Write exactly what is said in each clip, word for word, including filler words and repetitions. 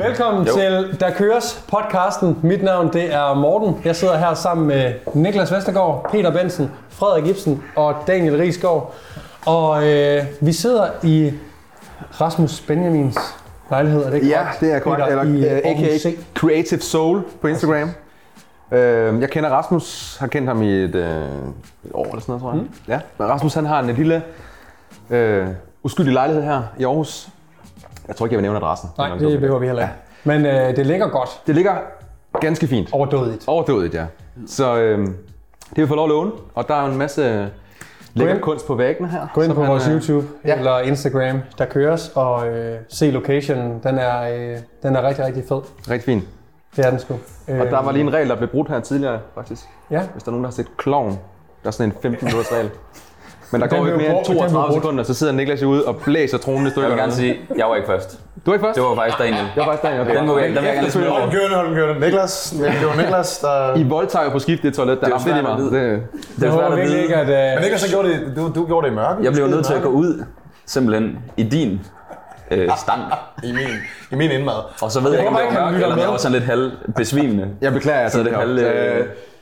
Velkommen jo. til Der Køres podcasten. Mit navn det er Morten. Jeg sidder her sammen med Niklas Vestergaard, Peter Bensen, Frederik Ibsen og Daniel Riisgaard. Og øh, vi sidder i Rasmus Benjamins lejlighed, er det ikke ja, korrekt? det er korrekt. Eller i, uh, A K A Creative Soul på Instagram. Uh, jeg kender Rasmus, har kendt ham i et, uh, et år eller sådan noget, tror jeg. Mm. Ja. Men Rasmus han har en lille uh, uskyldig lejlighed her i Aarhus. Jeg tror ikke, jeg vil nævne adressen. Nej, det, det behøver vi heller ikke. Ja. Men øh, det ligger godt. Det ligger ganske fint. Overdådigt. Overdådigt, ja. Så øh, det har vi fået lov at låne, og der er jo en masse lækker kunst på væggene her. Gå ind på han, vores YouTube ja. eller Instagram, Der Køres, og øh, se locationen. Den er, øh, den er rigtig, rigtig fed. Rigtig fint. Det er den sgu. Og der var lige en regel, der blev brudt her tidligere, faktisk. Ja. Hvis der er nogen, der har set Klovn, der er sådan en femten minutters regel. Men der går ikke mere end toogtredive sekunder, så sidder Niklas ude og blæser tronen i stykker. Jeg vil gerne sige, jeg var ikke først. Du var ikke først? Det var faktisk Daniel. Det var faktisk Daniel, okay. Den må jeg, den vil jeg gerne smide over. Hold den kørende, hold den kørende. Niklas, det var Niklas, der... I voldtager på skift i toilet, der det er er svært at vide. Det, det er svært at vide. Ikke, at, uh... Men Niklas, så gjorde det, du, du gjorde det i mørke. Jeg blev nødt til at gå ud, simpelthen, i din øh, stank. I min, i min indmad. Og så ved jeg, jeg ikke, om det var mørk, eller om jeg var sådan lidt halv besvimende. Jeg beklager, jeg så det halv... Øh...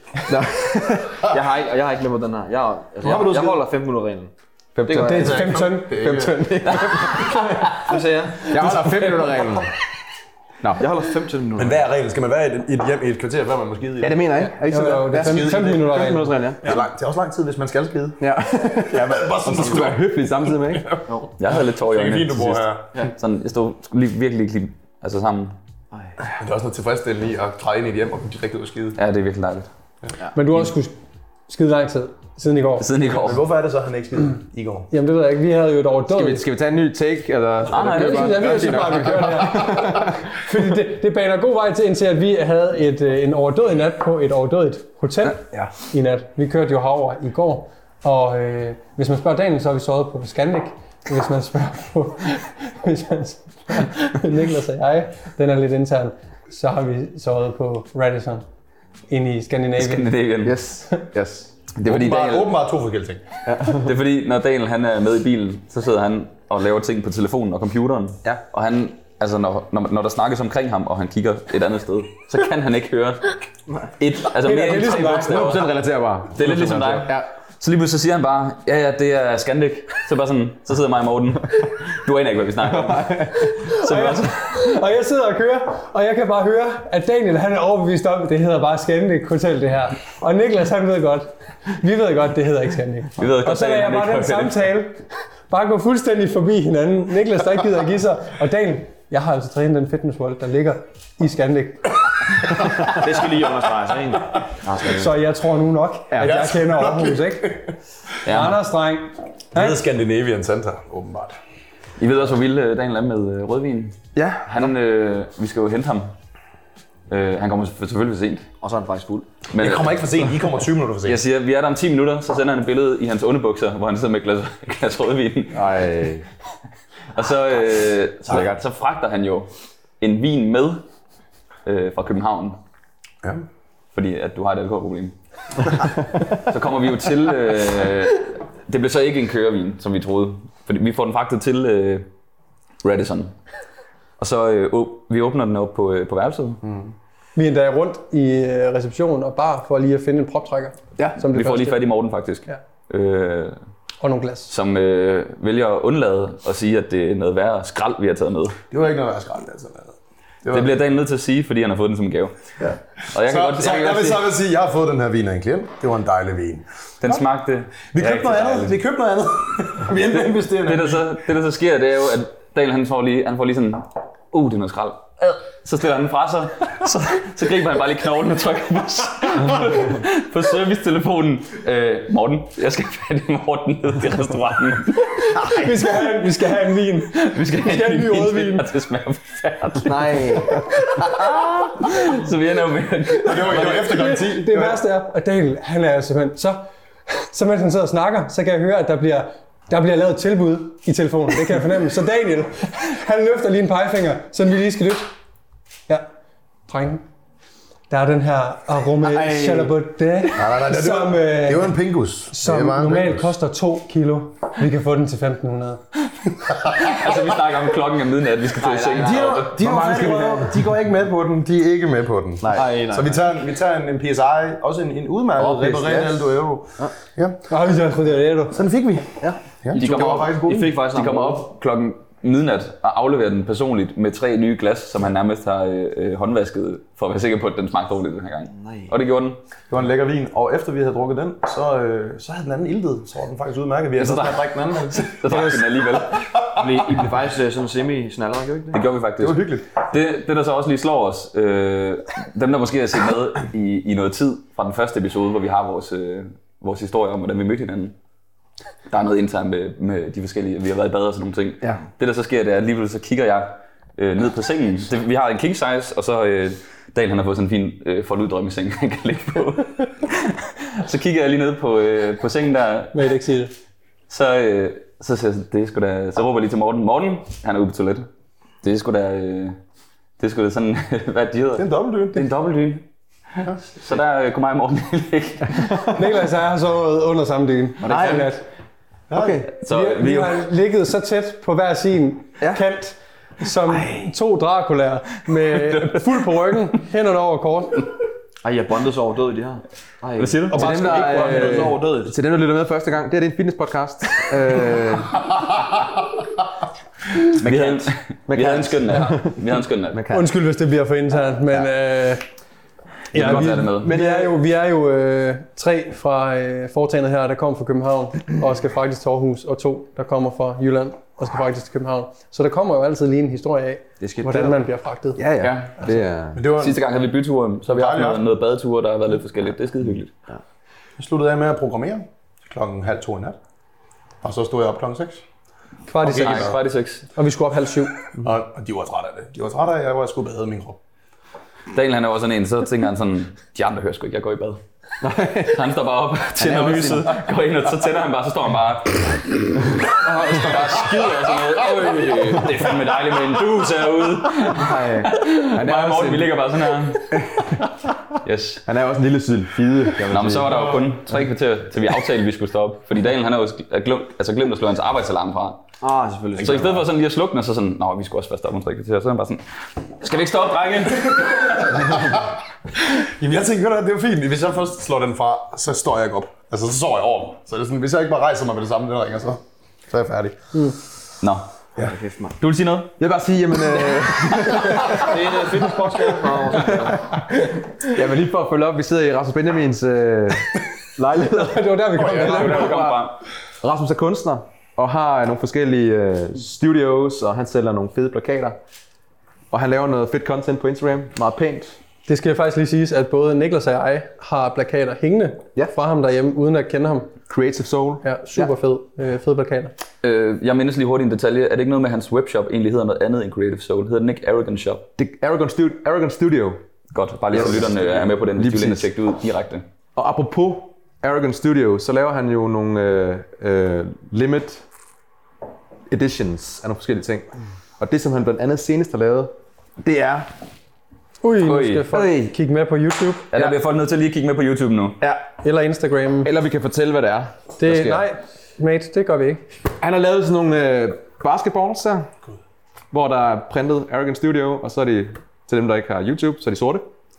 jeg har ikke, jeg har ikke glemt den her. Jeg, altså, jeg, jeg holder fem minutter reglen. fem det, det er fem tøn. fem tøn. Hvad sagde jeg? Jeg holder fem minutter reglen. Nå. Jeg holder femten minutter. Men hvad er reglen? Skal man være i et, et hjem i et kvarter, før man må skide i? Ja, det mener jeg. Er ikke jo, jo, det er femten minutter reglen. reglen, ja. Det er, lang, det er også lang tid, hvis man skal skide. Ja. Ja, men bare sådan, så skulle du være høflig samtidig med, ikke? Jo. Jeg havde lidt tår i øjnene. Det er fint, du bor her. Ja. Sådan, jeg stod lige virkelig klippe altså sammen. Men det er også noget tilfredsstillende i at træde ind i et hjem og komme direkte ud og skide. Ja, det er virkelig dejligt. Ja. Men du har også skulle skide lang tid. Siden i går. Siden i går. Men hvorfor er det så, at han ikke skide i går? Jamen det ved jeg ikke. Vi havde jo et overdådigt. Skal vi, skal vi tage en ny take? Eller? Nej, nej, det synes jeg, jeg synes bare, at vi kører det her. Fordi det, det baner god vej til, indtil at vi havde et, en overdådig nat på et overdådigt hotel ja. Ja. i nat. Vi kørte jo herover i går, og øh, hvis man spørger Daniel, så har vi sovet på Scandic. Hvis man spørger på, hvis man spørger Niklas og jeg, den er lidt intern, så har vi sovet på Radisson inde i Skandinavien. Skandinavien. Yes, yes. Det er fordi Daniel, åbenbart to forskellige ting. Ja. Det er fordi, når Daniel han er med i bilen, så sidder han og laver ting på telefonen og computeren. Ja. Og han, altså når, når, når der snakkes omkring ham, og han kigger et andet sted, så kan han ikke høre et, altså mere end tre bogstaver. hundrede procent relaterbart. Det er lidt ligesom dig. Ja. Så lige pludselig så siger han bare, ja ja, det er Scandic. Så bare sådan, så sidder mig og Morten. Du aner ikke, hvad vi snakker om. Så og, jeg, og jeg sidder og kører, og jeg kan bare høre, at Daniel han er overbevist om, at det hedder bare Scandic Hotel det her. Og Niklas han ved godt, vi ved godt, det hedder ikke Scandic. Vi ved godt, og så lader jeg bare den samtale bare gå fuldstændig forbi hinanden. Niklas der ikke gider at give sig, og Daniel, jeg har altså trænet den fitness world, der ligger i Scandic. Det skal lige understreges, ikke? Så jeg tror nu nok, at jeg kender Aarhus, ikke? Ja. Anders dreng. Det hedder Scandinavian Center, åbenbart. I ved også, hvor vild Daniel er med rødvin. Ja. Han, øh, vi skal jo hente ham. Øh, han kommer selvfølgelig for sent. Og så er han faktisk fuld. Men jeg kommer ikke for sent, I kommer tyve minutter for sent. Jeg siger, vi er der om ti minutter, så sender han et billede i hans underbukser, hvor han sidder med et glas, glas rødvin. Ej. Og så, øh, så, så fragter han jo en vin med øh, fra København. Ja. Fordi at du har et alkoholproblem. Så kommer vi jo til, øh, det blev så ikke en kørevin, som vi troede. Fordi vi får den fragtet til øh, Radisson. Og så øh, vi åbner den op på, øh, på værelset. Mm. Vi er endda rundt i reception og bar for lige at finde en proptrækker. Ja, som det vi får lige fat i Morten faktisk. Ja. Øh, og nogle glas. Som øh, vælger at undlade at sige, at det er noget værre skrald, vi har taget med. Det var ikke noget værre skrald, altså. Det, det bliver Daniel nødt til at sige, fordi han har fået den som gave. Ja. Og jeg så, kan godt, så, jeg, kan jeg, godt vil sige, så vil sige, at jeg har fået den her vin af en klient. Det var en dejlig vin. Den ja. smagte. Vi købte noget andet. Dejligt. Vi købte noget andet. Vi endte med investerende. Det der så, det der så sker, det er jo, at Daniel han får lige, han får lige sådan, uh, det er noget skrald. Så stiller han den fra sig, så, så griber han bare lige knoglen og trykker på, på servicetelefonen. Øh, Morten, jeg skal have fat i Morten nede i restauranten. vi, skal have, vi skal have en vin. Vi skal have, vi skal en, en ny rødvin. Og det smager forfærdeligt. Nej. Så vi ender jo med... Det var, det var efter klokken ti. Det, det værste er, at Daniel, han er simpelthen så... Så mens han sidder og snakker, så kan jeg høre, at der bliver... Der bliver lavet et tilbud i telefonen, det kan jeg fornemme. Så Daniel, han løfter lige en pegefinger, så vi lige skal lytte. Ja, drengen. Der er den her aroma Chalabotte, som, øh, det var en pingus. Som normalt pingus. Koster to kilo. Vi kan få den til femten hundrede. Altså, vi snakker om klokken er midnat, vi skal til seng. De, er, de, er de går ikke med på den, de er ikke med på den. Nej. Nej, nej. Så vi tager en, vi tager en, en P S I, også en, en udmærket Oh, repareret yes. Aldo Euro. Ja. Ja. Ah, vi tager det, du. Sådan fik vi. Ja. Ja. De kommer, det var op, faktisk gode. I fik faktisk de kommer op klokken midnat og afleverer den personligt med tre nye glas, som han nærmest har øh, øh, håndvasket, for at være sikker på, at den smagte dårligt den her gang. Nej. Og det gjorde den. Det var en lækker vin, og efter vi havde drukket den, så, øh, så havde den anden iltet, så var den faktisk udmærket. Vi havde så drikke den anden. Så drak vi den alligevel. I blev faktisk øh, sådan semi-snaller, gjorde I ikke det? Det gjorde vi faktisk. Det var hyggeligt. Det, det der så også lige slår os, øh, dem der måske har set med i, i noget tid fra den første episode, hvor vi har vores, øh, vores historie om, hvordan vi mødte hinanden. Der er noget internt med, med de forskellige, vi har været i bad og sådan nogle ting. Ja. Det der så sker, det er, at alligevel så kigger jeg øh, ned på sengen. Det, vi har en king size, og så øh, Daniel han har fået sådan en fin øh, forluddrømmeseng, han kan ligge på. Så kigger jeg lige ned på, øh, på sengen der. Må I ikke sige det? Så, øh, så siger jeg, det er sgu da, så råber jeg lige til Morten. Morten, han er ude på toilettet. Det er sgu da, øh, det er sgu da sådan, hvad de hedder. Det er en dobbeltdyne. Det er en dobbeltdyne. Så der øh, kunne mig og Morten ligge. Niklas og jeg har sovet under samme dyne. Og det er nat. Okay. Så Vi, vi, vi jo, har ligget så tæt på hver sin Ja. kant, som Ej. to Draculaer med fuld på ryggen, hænderne over kort. Ej, jeg bondede så over død i de her. Ej. hvad siger du? Og bare dem, skal der, ikke røre Jeg øh, så over død. Til dem, der lytter med første gang, det her det er en fitnesspodcast. øh, Vi havde, vi havde en skøn nat. Vi havde en skøn nat. kan. Undskyld, hvis det bliver for internt, men ja. øh, kan ja, godt vi, tage det med. men vi er jo, vi er jo øh, tre fra øh, foretagendet her, der kommer fra København og skal faktisk til Aarhus, og to, der kommer fra Jylland og skal faktisk til København. Så der kommer jo altid lige en historie af, Det skal hvordan man bliver fragtet. Ja, ja. Ja. Det er... Men det var, Sidste gang havde vi byture, så har vi haft Dejligt noget, noget badeture, der har været lidt forskelligt. Det er skide hyggeligt. jeg sluttede af med at programmere klokken halv to i nat. Og så stod jeg op klokken seks. Kvart i Okay. seks, Nej, kvart i seks. og vi skulle op halv syv. Og, og de var trætte af det. De var trætte af, at jeg skulle bade min krop. Daniel han er også sådan en, så tænker han sådan, de andre hører sgu ikke, jeg går i bad. Så han står bare op, tænder lyset, går ind, og så tænder han bare, så står han bare og står bare og skider og sådan noget. Øj, det er fandme dejligt med en dus herude. Nej. Han Mig og er, Morten, også vi en, ligger bare sådan her. Yes. han er også en lille sydel fide. Nå, men så var der jo kun tre kvarter, til vi aftalte, at vi skulle stå op. Fordi Daniel han har jo glemt, altså glemt at slå hans arbejdsalarm fra. Ah, selvfølgelig. Så i stedet for sådan lige at slukke den, og så sådan, nå, vi skulle også først stoppe om tre kvarter, så er han bare sådan, skal vi ikke stoppe, drenge? Jamen jeg tænker, det er jo fint. Hvis jeg først slår den fra, så står jeg ikke op. Altså så sover jeg over. Så det er sådan, hvis jeg ikke bare rejser mig med det samme, den ringer, så, så er jeg færdig. Mm. Nå, Ja. Kæft, mand. du vil sige noget? Jeg vil bare sige, jamen... Øh, Det er en fitnesspodcast. jamen lige for at følge op, vi sidder i Rasmus Benjamins øh, lejlighed. Det var der, vi kom. Det var der, vi kom fra. Rasmus er kunstner og har nogle forskellige øh, studios, og han sælger nogle fede plakater. Og han laver noget fedt content på Instagram, meget pænt. Det skal faktisk lige siges, at både Niklas og jeg har plakater hængende Ja. fra ham derhjemme, uden at kende ham. Creative Soul. Ja, super fed, øh, fede plakater. Øh, jeg mindes lige hurtigt en detalje. Er det ikke noget med, at hans webshop egentlig hedder noget andet end Creative Soul? Hedder den ikke Arrogant Shop? Det er Arrogant, Stu- Arrogant Studio. Godt, bare lige så lytterne er med på den, hvis de vil ind og tjekke det ud direkte. Og apropos Arrogant Studio, så laver han jo nogle øh, øh, limit editions af nogle forskellige ting. Og det, som han blandt andet senest har lavet, det er... Ui, nu Ui. skal folk Ui. kigge med på YouTube Ja, der bliver folk nødt til lige at kigge med på YouTube nu. Ja. eller Instagram. Eller vi kan fortælle, hvad det er. der Det, sker. nej, mate, det gør vi ikke. Han har lavet sådan nogle øh, basketballs her, hvor der er printet Arrogant Studio, og så er de, til dem, der ikke har YouTube, så er de sorte.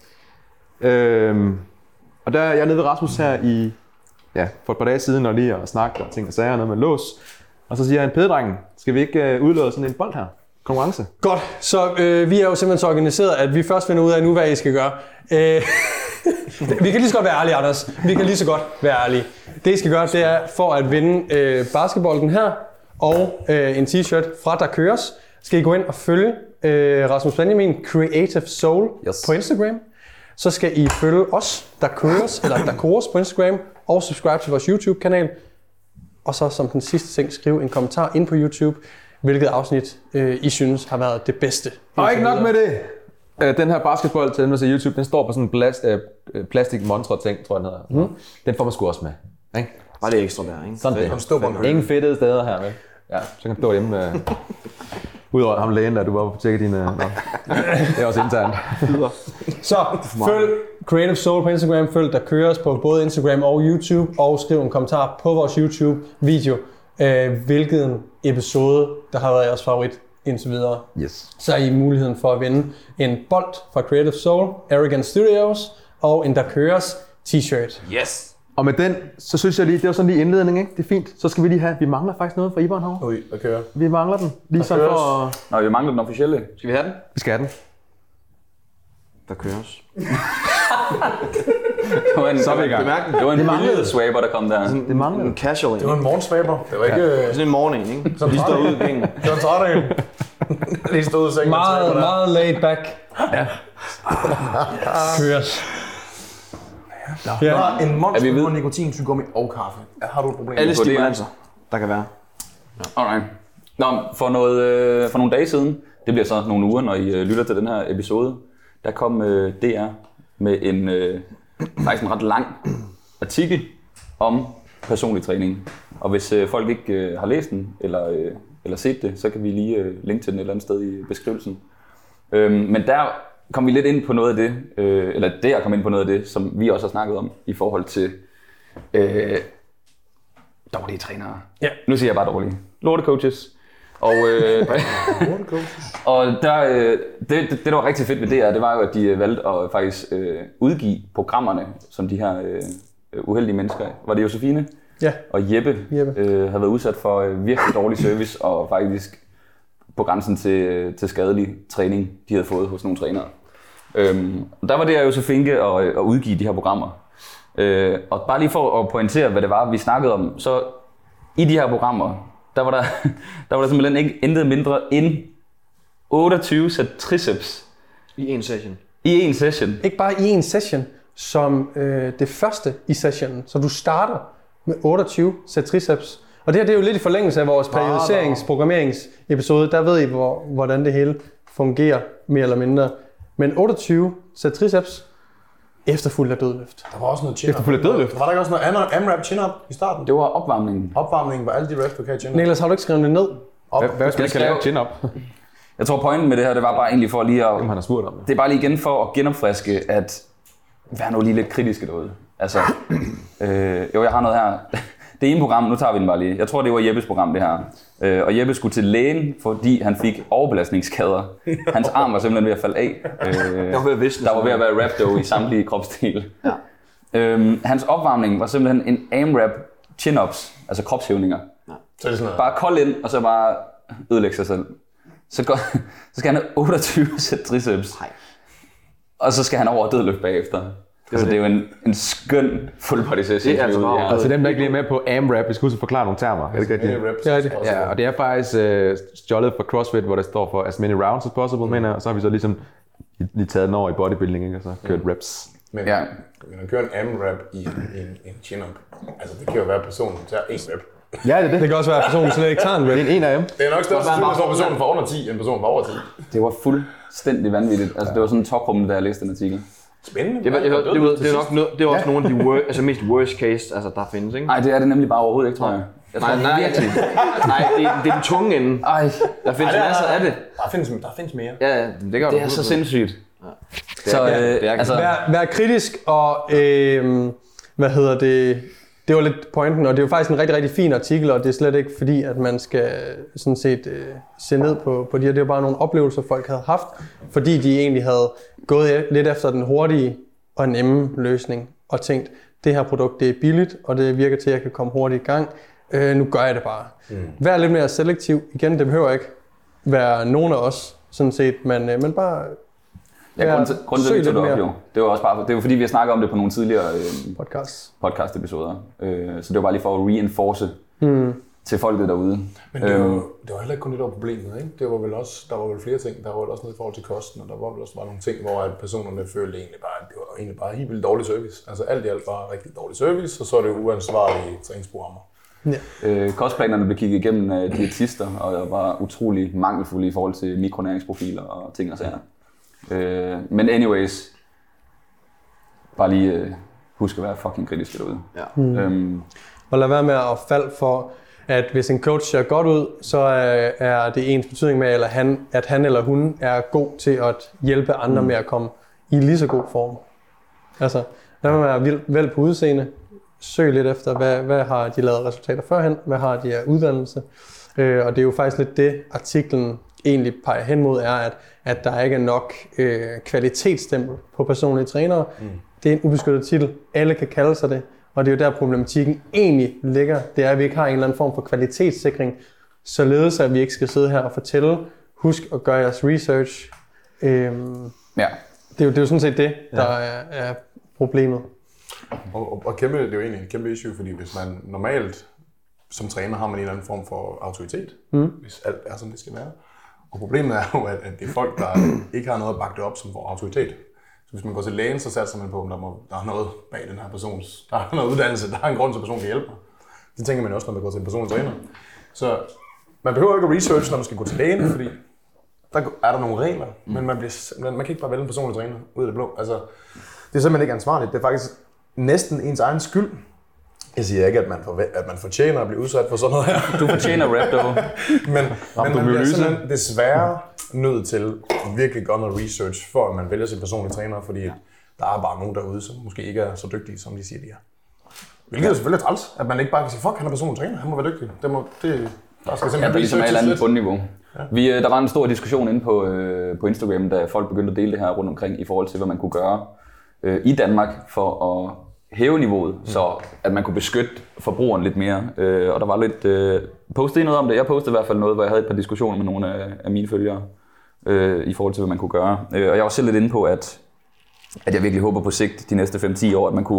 Øhm, og der jeg er nede ved Rasmus her i, ja, for et par dage siden, og lige at snakke og ting og sager, noget med lås. Og så siger han, pædedrengen, skal vi ikke øh, udlade sådan en bold her? Konkurrence. Godt, så øh, vi er jo simpelthen så organiseret, at vi først finder ud af nu, hvad I skal gøre. Øh, vi kan lige så godt være ærlige, Anders. Vi kan lige så godt være ærlige. Det I skal gøre, det er for at vinde øh, basketbolden her, og øh, en t-shirt fra Der Køres, skal I gå ind og følge øh, Rasmus Benjamin Creative Soul Yes. på Instagram. Så skal I følge os, Der Køres, eller Der Køres på Instagram, og subscribe til vores YouTube-kanal. Og så som den sidste ting, skriv en kommentar ind på YouTube, hvilket afsnit øh, I synes har været det bedste. Og ikke nok med det. Øh, den her basketball til dem, der ser YouTube, den står på sådan en plast, øh, plastik montre ting, tror jeg den hedder. Mm. Den får man sgu også med. Ikke? Bare det ekstra der, ikke? Sådan det. Den står på en hylde. Ingen fedtede steder her, vel? Ja, så kan du stå hjemme. Øh, Udover ham lægen, der du var på at tjekke dine... Nå. Det er også internt. Så følg Creative Soul på Instagram, følg Der Køres på både Instagram og YouTube, og skriv en kommentar på vores YouTube-video, øh, hvilken episode, der har været jeres favorit indtil videre. Yes. Så er I muligheden for at vinde en bold fra Creative Soul, Arrogant Studios og en Der Køres t-shirt. Yes! Og med den, så synes jeg lige, det var sådan lige indledning, ikke? Det er fint. Så skal vi lige have, vi mangler faktisk noget fra Ivan herovre. Ui, hvad kører? Vi mangler den. Lige sådan for at... Nå, vi mangler den officielle. Skal vi have den? Vi skal have den. Der køres. Det var en, Så er vi i gang. det var en billig swapper, der kom der. Det mangler En den. casual en. Det var en morgensvaber. Det var ikke... Ja. Sådan en morgen en, ikke? Som Lige stå ud i penge. Det var en træt af en. Lige stod ud af sengen. Meget, meget laid back. Ja. Køres. Ja. En Er vi monster ved- på nikotin, tyggegummi og kaffe. Ja, har du et problem? Alle på det, stimulanser, der kan være. Alright. Nå, for, noget, øh, for nogle dage siden, det bliver så nogle uger, når I øh, lytter til den her episode, der kom øh, D R med en øh, faktisk en ret lang artikel om personlig træning. Og hvis øh, folk ikke øh, har læst den eller, øh, eller set det, så kan vi lige øh, linke til den et eller andet sted i beskrivelsen. Øhm, men der kom vi lidt ind på noget af det, øh, eller der kom ind på noget af det, som vi også har snakket om i forhold til øh, dårlige trænere. Ja. Nu siger jeg bare dårlige. Lortecoaches. Og, øh, og der, øh, det, det, det, der var rigtig fedt ved det her, det var jo, at de valgte at faktisk øh, udgive programmerne, som de her øh, uheldige mennesker. Var det Josefine Ja. og Jeppe, Jeppe. Øh, havde været udsat for øh, virkelig dårlig service og faktisk på grænsen til, til skadelig træning, de havde fået hos nogle trænere. Øhm, og der var det jo så finke at, at udgive de her programmer. Øh, og bare lige for at pointere, hvad det var, vi snakkede om, så i de her programmer, der var der, der, var der simpelthen ikke intet mindre end otteogtyve sæt triceps I en session. i en session. Ikke bare i en session, som øh, det første i sessionen. Så du starter med otteogtyve sæt triceps. Og det her det er jo lidt i forlængelse af vores periodiserings-programmeringsepisode. Der ved I, hvor, hvordan det hele fungerer, mere eller mindre. Men otteogtyve sæt triceps, efterfulgt af dødløft. Der var også noget chin-up. Efterfulgt af dødløft. Var der ikke også noget AMRAP chin-up i starten? Det var opvarmningen. Opvarmningen var alle de reps, du kan i chin-up. Niklas, har du ikke skrevet det ned? Op. Hvad, hvad skal vi skal lave lave- chin-up? Jeg tror pointen med det her, det var bare egentlig for lige at... Jamen, han har spurgt om det. Det er bare lige igen for at genopfriske, at vær nu lige lidt kritiske derude. Altså, øh, jo, jeg har noget her. Det ene program, nu tager vi den bare lige. Jeg tror, det var Jeppes program, det her. Øh, og Jeppe skulle til lægen, fordi han fik overbelastningsskader. Hans arm var simpelthen ved at falde af. Øh, Jeg var ved at visne. der var ved at være rhabdo i samtlige kropsdele. Ja. Øhm, hans opvarmning var simpelthen en AMRAP chin-ups, altså kropshævninger. Så er det sådan noget. Bare kold ind, og så bare ødelægge sig selv. Så, går, så skal han have otteogtyve sæt triceps. Nej. Og så skal han over dødløft bagefter. Det altså, det er jo en, en skøn full body session. Det er altså vi ude i bare- her. Altså dem, der ikke lige er med på AMRAP, vi skal huske at forklare nogle termer. Er det ikke rigtigt? Many reps. Det er det. Ja, og det er faktisk øh, stjålet fra CrossFit, hvor der står for as many rounds as possible, mener jeg. Og så har vi så ligesom lige taget den over i bodybuilding, ikke? Og så kørt reps. Men, Ja. men at køre en AMRAP i en, en, en chin-up, altså det kan jo være, at personen tager en rep. Ja, det er det. Det kan også være, at personen slet ikke tager en Det rep. er en af dem. Det er nok større sandsynlighed for, at personen får under ti, end personen får over ti. Det var fuldstændig vanvittigt. Altså, det var sådan en toprummet, da jeg læste den artikel. Spændende. Det, var, det, var, det, var, det, er nok noget, det er også nogle af de wor- altså mest worst case, altså, der findes, ikke? Nej, det er det nemlig bare overhovedet ikke, tror jeg. Jeg tror Nej, nej, virkelig. nej det, er, det er den tunge ende. Ej, Der findes masser af det. Der findes, der findes mere. Ja, ja, det gør det du er så hundrede procent. sindssygt. Så, det er- øh, det er- altså, Vær, vær kritisk, og øh, hvad hedder det, det var lidt pointen, og det er jo faktisk en rigtig, rigtig fin artikel, og det er slet ikke fordi, at man skal sådan set øh, se ned på, på de her. Det er jo bare nogle oplevelser, folk havde haft, fordi de egentlig havde gået lidt efter den hurtige og nemme løsning, og tænkt, det her produkt det er billigt, og det virker til, at jeg kan komme hurtigt i gang. Øh, nu gør jeg det bare. Mm. Vær lidt mere selektiv. Igen, det behøver ikke være nogen af os, sådan set, men, øh, men bare ja, grunden til, grunden til, at vi søg tog det lidt op, mere. jo. Det var også bare, det var fordi, vi har snakket om det på nogle tidligere øh, podcast. podcast-episoder. Øh, så det var bare lige for at reinforce Mm. til folket derude. Men det var, Øhm, det var heller ikke kun det, der var problemet, ikke? Det var vel også, der var vel flere ting. Der var vel også noget i forhold til kosten, og der var vel også bare nogle ting, hvor at personerne følte egentlig bare, at det var egentlig bare helt vildt dårlig service. Altså alt i alt bare rigtig dårlig service, og så er det uansvarlige træningsprogrammer. Ja. øh, kostplanerne blev kigget igennem af diætister, og var utrolig mangelfulde i forhold til mikronæringsprofiler og ting og sager. Øh, men anyways, bare lige øh, husk at være fucking kritisk derude. Ja. Mm. Øhm, Og lad være med at falde for, at hvis en coach ser godt ud, så er, er det ens betydning med, eller han, at han eller hun er god til at hjælpe andre mm. med at komme i lige så god form. Altså, lad være med at være vild- vel på udseende. søg lidt efter, hvad, hvad har de lavet resultater førhen, hvad har de af uddannelse. Øh, og det er jo faktisk lidt det, artiklen egentlig peger hen mod, er, at, at der ikke er nok øh, kvalitetsstempel på personlige trænere. Mm. Det er en ubeskyttet titel. Alle kan kalde sig det. Og det er jo der problematikken egentlig ligger. Det er, at vi ikke har en eller anden form for kvalitetssikring, således at vi ikke skal sidde her og fortælle, husk at gøre jeres research. Øhm, ja. det, er jo, det er jo sådan set det, der ja. er, er problemet. Og, og, og kæmpe, det er jo egentlig et kæmpe issue, fordi hvis man normalt som træner har man en eller anden form for autoritet, mm. hvis alt er, som det skal være. Og problemet er jo, at, at det er folk, der ikke har noget at bakke det op som får autoritet. Så hvis man går til lægen, så satser man på, at der, må, der er noget bag den her persons, der er noget uddannelse, der er en grund til, at personen kan hjælpe mig. Det tænker man også, når man går til en personlig træner. Så man behøver ikke at research, når man skal gå til lægen, fordi der er der nogle regler, mm. men man, bliver, man kan ikke bare vælge en personlig træner ud af det blå. Altså, det er simpelthen ikke ansvarligt. Det er faktisk næsten ens egen skyld. Jeg siger ikke, at man, forve- at man fortjener at blive udsat for sådan noget her. Du fortjener rap, dog. men, men man bliver simpelthen desværre nødt til at virkelig gøre noget research, for at man vælger sin personlige træner, fordi ja. der er bare nogen derude, som måske ikke er så dygtige, som de siger, de er. Hvilket er selvfølgelig træls, at man ikke bare kan sige, fuck, han er personlig træner, han må være dygtig. Det må, det, der skal simpelthen ja, det er ligesom et eller andet bundniveau. Ja. Vi, der var en stor diskussion inde på, øh, på Instagram, da folk begyndte at dele det her rundt omkring, i forhold til, hvad man kunne gøre øh, i Danmark for at hæve niveauet, mm. så at man kunne beskytte forbrugeren lidt mere. Øh, og der var lidt... Øh, postede noget om det. Jeg postede i hvert fald noget, hvor jeg havde et par diskussioner med nogle af, af mine følgere øh, i forhold til, hvad man kunne gøre. Øh, og jeg var selv lidt inde på, at, at jeg virkelig håber på sigt de næste fem til ti år, at man kunne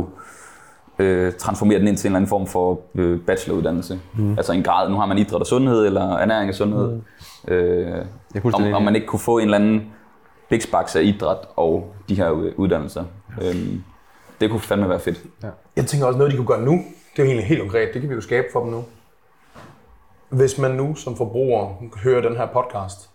øh, transformere den ind til en eller anden form for øh, bacheloruddannelse. Mm. Altså en grad. Nu har man idræt og sundhed, eller ernæring og sundhed. Mm. Øh, om, om man ikke kunne få en eller anden biksbaks af idræt og de her uddannelser. Ja. Øh, Det kunne fandme være fedt. Ja. Jeg tænker også noget, de kunne gøre nu. Det er jo egentlig helt konkret. Det kan vi jo skabe for dem nu. Hvis man nu som forbruger hører den her podcast,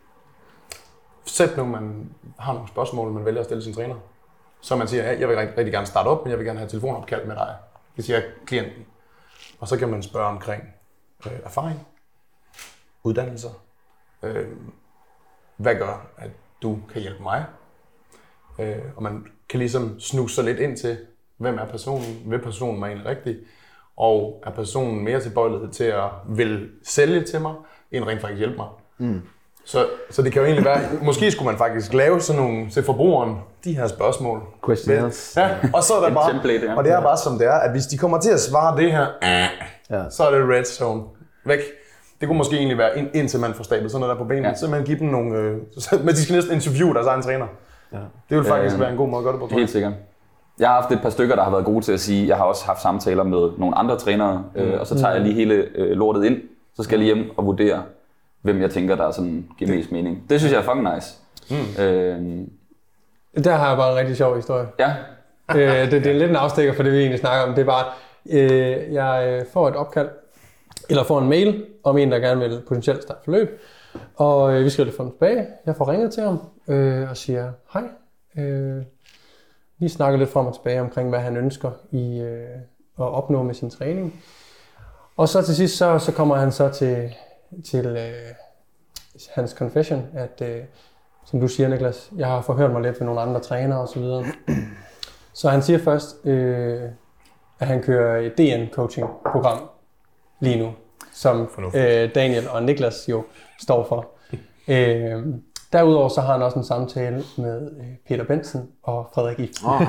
sæt nu, man har nogle spørgsmål, man vælger at stille sin træner. Så man siger, jeg vil rigtig, rigtig gerne starte op, men jeg vil gerne have telefonopkald med dig. Det siger klienten. Og så kan man spørge omkring øh, erfaring, uddannelser. Øh, hvad gør, at du kan hjælpe mig? Øh, og man kan ligesom snuse sig lidt ind til, hvem er personen, vil personen mig egentlig rigtig, og er personen mere tilbøjelighed til at vil sælge til mig, end rent faktisk hjælpe mig. Mm. Så, så det kan jo egentlig være, måske skulle man faktisk lave sådan nogle til forbrugeren, de her spørgsmål. Questions. Ja, og så er der bare, template, ja. og det er bare som det er, at hvis de kommer til at svare det her, ja. så er det red zone væk. Det kunne måske egentlig være, ind, indtil man får stablet sådan noget der på benene, ja. så man give dem nogle, øh, men de skal næsten interviewe deres egen træner. Ja. Det vil faktisk øh, være en god måde at gøre det på, tror jeg. Helt sikkert. Jeg har haft et par stykker, der har været gode til at sige, jeg har også haft samtaler med nogle andre trænere, mm. øh, og så tager jeg lige hele øh, lortet ind, så skal jeg lige hjem og vurdere, hvem jeg tænker, der sådan giver mest mening. Det synes jeg er fucking nice. Mm. Øh, Der har jeg bare en rigtig sjov historie. Ja. øh, det, det er lidt en afstikker for det, vi egentlig snakker om. Det er bare, øh, jeg får et opkald, eller får en mail om en, der gerne vil potentielt starte forløb. Og øh, vi skriver det for ham tilbage. Jeg får ringet til ham øh, og siger, hej. Øh, vi snakker lidt frem og tilbage omkring, hvad han ønsker i øh, at opnå med sin træning. Og så til sidst, så, så kommer han så til, til øh, hans confession, at øh, som du siger, Niklas, jeg har forhørt mig lidt med nogle andre trænere osv. Så, så han siger først, øh, at han kører et D N-coaching-program lige nu, som øh, Daniel og Niklas jo står for. øh, derudover så har han også en samtale med øh, Peter Benson og Frederik Ib. Oh,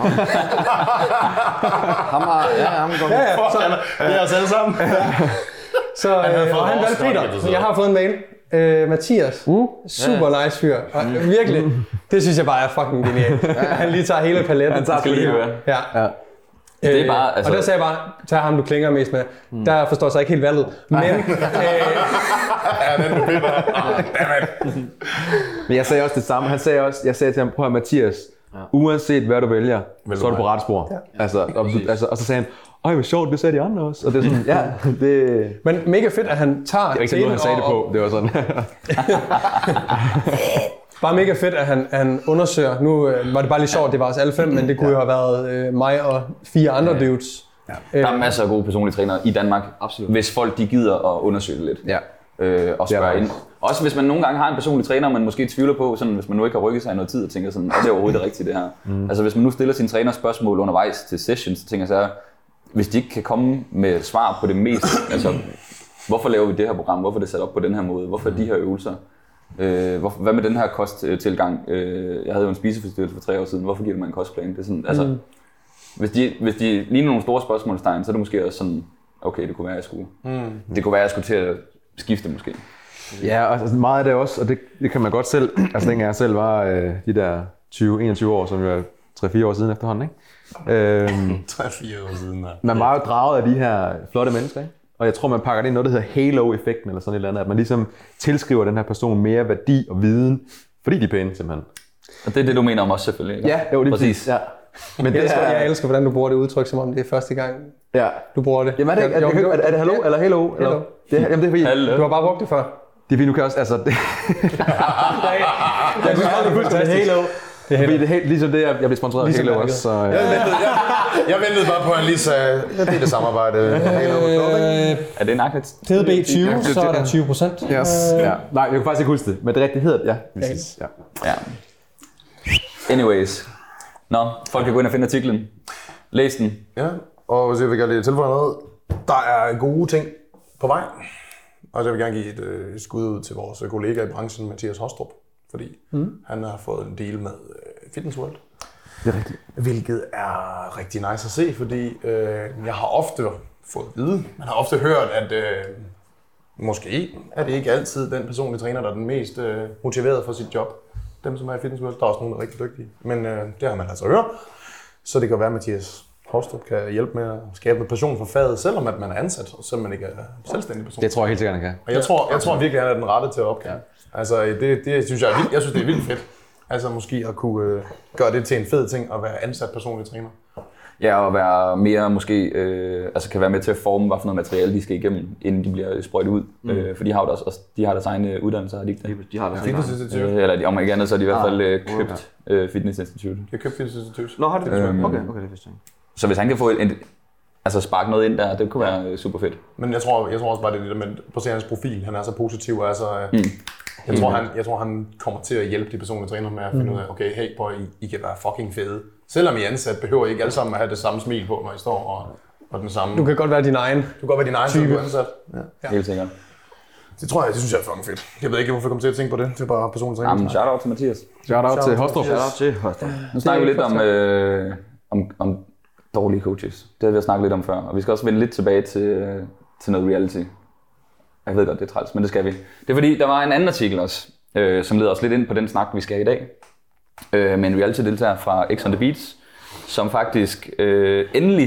ham har, ja, ham går ja, ja, så, det er os alle sammen. så øh, og han valgte Peter, så jeg har fået en mail. Øh, Mathias, uh, super ja. nice fyr, og mm. virkelig, det synes jeg bare er fucking genialt. Han lige tager hele paletten. Han tager skal lige høre. Ja. ja. Det er bare, altså... Og der sagde jeg bare, tag ham du klinger mest med. Mm. Der forstår jeg så ikke helt valget. Men... øh... ja, den er fedt. Men jeg sagde også det samme. Han sagde også, jeg sagde til ham, prøv at Mathias, ja. uanset hvad du vælger, Vel så er du på ret spor. Ja. Altså, og, altså, og så sagde han, øj, hvor sjovt, det sagde de andre også. Og det er sådan, ja, det... Men mega fedt, at han tager... Det er ikke sådan noget, han sagde det på. Det var sådan... Bare mega fedt, at han, han undersøger. Nu øh, var det bare lige sjovt, det var os alle fem, men det kunne ja. jo have været øh, mig og fire andre ja. dudes. Ja. Der er masser af gode personlige trænere i Danmark, absolut. Hvis folk de gider at undersøge det lidt. Ja. Øh, og spørge ind. Også hvis man nogle gange har en personlig træner, man måske tvivler på, sådan, hvis man nu ikke har rykket sig i noget tid og tænker sådan, er det overhovedet rigtigt det her? Mm. Altså hvis man nu stiller sin træner spørgsmål undervejs til sessions, så tænker jeg så, hvis de ikke kan komme med svar på det meste, altså hvorfor laver vi det her program, hvorfor er det sat op på den her måde, hvorfor er de her øvelser, øh, hvor, hvad med den her kosttilgang, øh, jeg havde jo en spiseforstyrrelse for tre år siden, hvorfor giver du mig en kostplan, det er sådan, altså, mm. hvis, de, hvis de ligner nogle store spørgsmålstegn, så er det måske også sådan, okay, det kunne være, jeg skulle, mm. det kunne være, jeg skulle til at skifte måske. Ja, og altså, meget af det også, og det, det kan man godt selv, altså dengang jeg selv var øh, de der tyve enogtyve år, som jo er tre fire år siden efterhånden, ikke? Øhm, tre fire år siden, ja. Man var jo draget af de her flotte mennesker, ikke? Og jeg tror, man pakker det ind i noget, der hedder halo-effekten, eller sådan et eller andet, at man ligesom tilskriver den her person mere værdi og viden, fordi de er pæne, simpelthen. Og det er det, du mener om også selvfølgelig, ikke? Ja, jo, det er præcis. præcis. Ja. Men det er, jeg elsker, hvordan du bruger det udtryk, som om det er første gang, ja. du bruger det. Jamen er det, er, det, er, det, er det hallo, eller hello? Hello. Eller? Det, jamen det er fordi, Hello. Du har bare brugt det før. det er fordi, du kan også, altså... Det, Jeg synes, det er fantastisk. Halo. Det er fordi, det er helt, ligesom det, jeg bliver sponsoreret af Ligesom Halo mærket. også, så... Ja. Jeg ventede, jeg, jeg ventede bare på, at han lige sagde, det er det samarbejde. Halo Clothing. Er det nakket? T D B tyve, så er der tyve procent. Yes. Ja. Nej, jeg kan faktisk ikke huske det, men det rigtige hedder det, ja. Præcis. Ja. Ja. Anyways. Nå, folk kan gå ind og finde artiklen. Læs den. Ja, og så vil jeg gerne lige tilføje noget. Der er gode ting på vej. Og så vil jeg gerne give et, øh, et skud ud til vores kollega i branchen, Mathias Hostrup. Fordi mm. han har fået en deal med øh, Fitness World. Det er rigtigt. Hvilket er rigtig nice at se, fordi øh, jeg har ofte fået at vide, man har ofte hørt, at øh, måske er det ikke altid den personlige træner, der er den mest øh, motiveret for sit job. Dem, som er i Fitness World, der er også nogle, der er rigtig dygtige. Men øh, det har man altså hørt. Så det kan være, at Mathias Hostrup kan hjælpe med at skabe en passion for faget, selvom at man er ansat, og selvom man ikke er selvstændig person. Det tror jeg helt sikkert, han kan. Og jeg tror, jeg tror virkelig, at han er den rette til at opgave. Ja. Altså, det, det synes jeg er vildt. Jeg synes, det er vildt fedt. Altså måske at kunne øh, gøre det til en fed ting at være ansat personlig træner. Ja, og være mere måske, øh, altså kan være med til at forme, hvad for noget materiale de skal igennem, inden de bliver sprøjtet ud. Mm. Øh, for de har jo også, de har deres egne uddannelser, har de ikke det? De har det. Fitness Institute. Øh, eller de, om ikke andet, så har de i hvert fald øh, købt øh, Fitness Institute. Jeg købte Fitness Institute. Nå, har de det? Øhm, Okay, okay, det vidste jeg ikke. Så hvis han kan få en, altså sparke noget ind der, det kunne være øh, super fedt. Men jeg tror, jeg tror også bare, det er det der med, på hans profil, han er så positiv og er så... Øh, mm. Jeg tror, han, jeg tror, han kommer til at hjælpe de personlige træner med at finde mm. ud af, okay, hey boy, I, I kan være fucking fede. Selvom I er ansat, behøver I ikke alle sammen at have det samme smil på, når I står og, og den samme... Du kan godt være din egen. Du kan godt være din egen, som du er ansat. Ja. Ja. Helt sikkert. Det tror jeg, det synes jeg er fucking fedt. Jeg ved ikke, hvorfor jeg kommer til at tænke på det. Det er bare personlig træning. Jamen, shout out til Mathias. Shout out til Hostrup. Shout out til Hostrup. Nu snakker vi lidt om, øh, om, om dårlige coaches. Det har vi snakket lidt om før. Og vi skal også vende lidt tilbage til, øh, til noget reality. Jeg ved godt, det er træls, men det skal vi. Det er fordi, der var en anden artikel også, øh, som leder os lidt ind på den snak, vi skal i dag. Øh, med en reality-deltager fra X on the Beach, som faktisk øh, endelig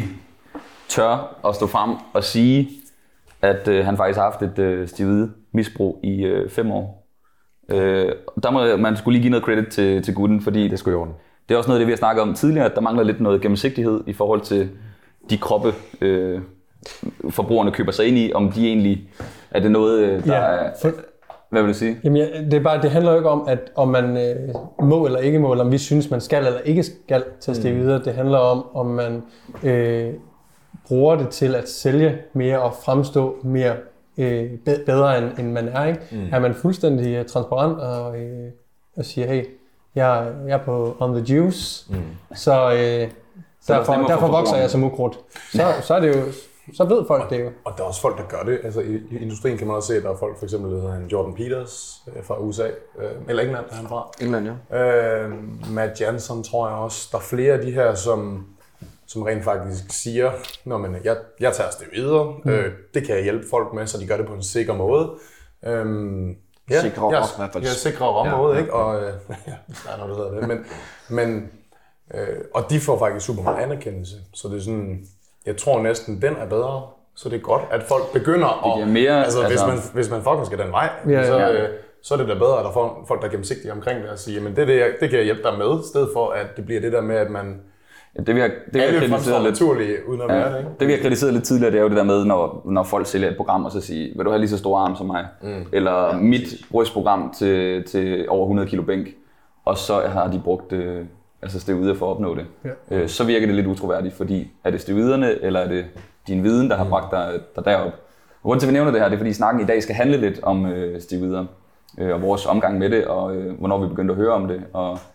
tør at stå frem og sige, at øh, han faktisk har haft et øh, stivet misbrug i øh, fem år. Øh, der må man skulle lige give noget credit til, til gutten, fordi Det skulle i orden. det er også noget af det, vi har snakket om tidligere, at der mangler lidt noget gennemsigtighed i forhold til de kroppe, øh, forbrugerne køber sig ind i, om de egentlig er det noget, øh, der Ja, er... for, Hvad vil du sige? jamen, ja, det, er bare, det handler jo ikke om, at om man øh, må eller ikke må, eller om vi synes, man skal eller ikke skal til at stige videre. Det handler om, om man øh, bruger det til at sælge mere og fremstå mere øh, bedre, end, end man er. Ikke? Mm. Er man fuldstændig uh, transparent og, øh, og siger, hey, jeg, jeg er på on the juice, mm. så øh, derfor, for derfor vokser forbrugerne. jeg som ukrudt. Så, så er det jo... Så ved folk det jo. Og der er også folk, der gør det. Altså i, i industrien kan man også se, at der er folk, for eksempel hedder han Jordan Peters øh, fra U S A, øh, eller England er han fra. England, ja. Øh, Matt Jansen tror jeg også. Der er flere af de her, som, som rent faktisk siger, Nå, men jeg, jeg tager steroider, mm. øh, det kan jeg hjælpe folk med, så de gør det på en sikker måde. Øhm, ja, Sikrere jeg, op, i hvert fald. Ja, sikrere op Ja, måde, ja, ikke? Og, øh, ja, der er noget, der hedder det. Men, men, øh, og de får faktisk super meget anerkendelse, så det er sådan... Jeg tror næsten, den er bedre, så det er godt, at folk begynder at... mere, altså, hvis, altså- man, hvis man fucking skal den vej, Ja, så, ja. øh, så er det da bedre, at der får folk, der er gennemsigtige omkring det og sige, men det, er det, jeg, det kan jeg hjælpe dig med, i stedet for, at det bliver det der med, at man Ja, det vi har, det, vi har alle kritiseret fremstår lidt. naturlige, uden at Ja, være det, ikke? det vi har kritiseret lidt tidligere, det er jo det der med, når, når folk sælger et program, og så siger, vil du have lige så store arme som mig? Mm. Eller ja, mit brystprogram til, til over hundrede kilo bænk, og så har de brugt øh, altså steroider for at opnå det. Ja. Øh, så virker det lidt utroværdigt, fordi er det steroiderne, eller er det din viden, der har bragt dig, dig derop? Og grunden til, at vi nævner det her, det er, fordi snakken i dag skal handle lidt om øh, steroider, øh, og vores omgang med det, og øh, hvornår vi begyndte at høre om det, og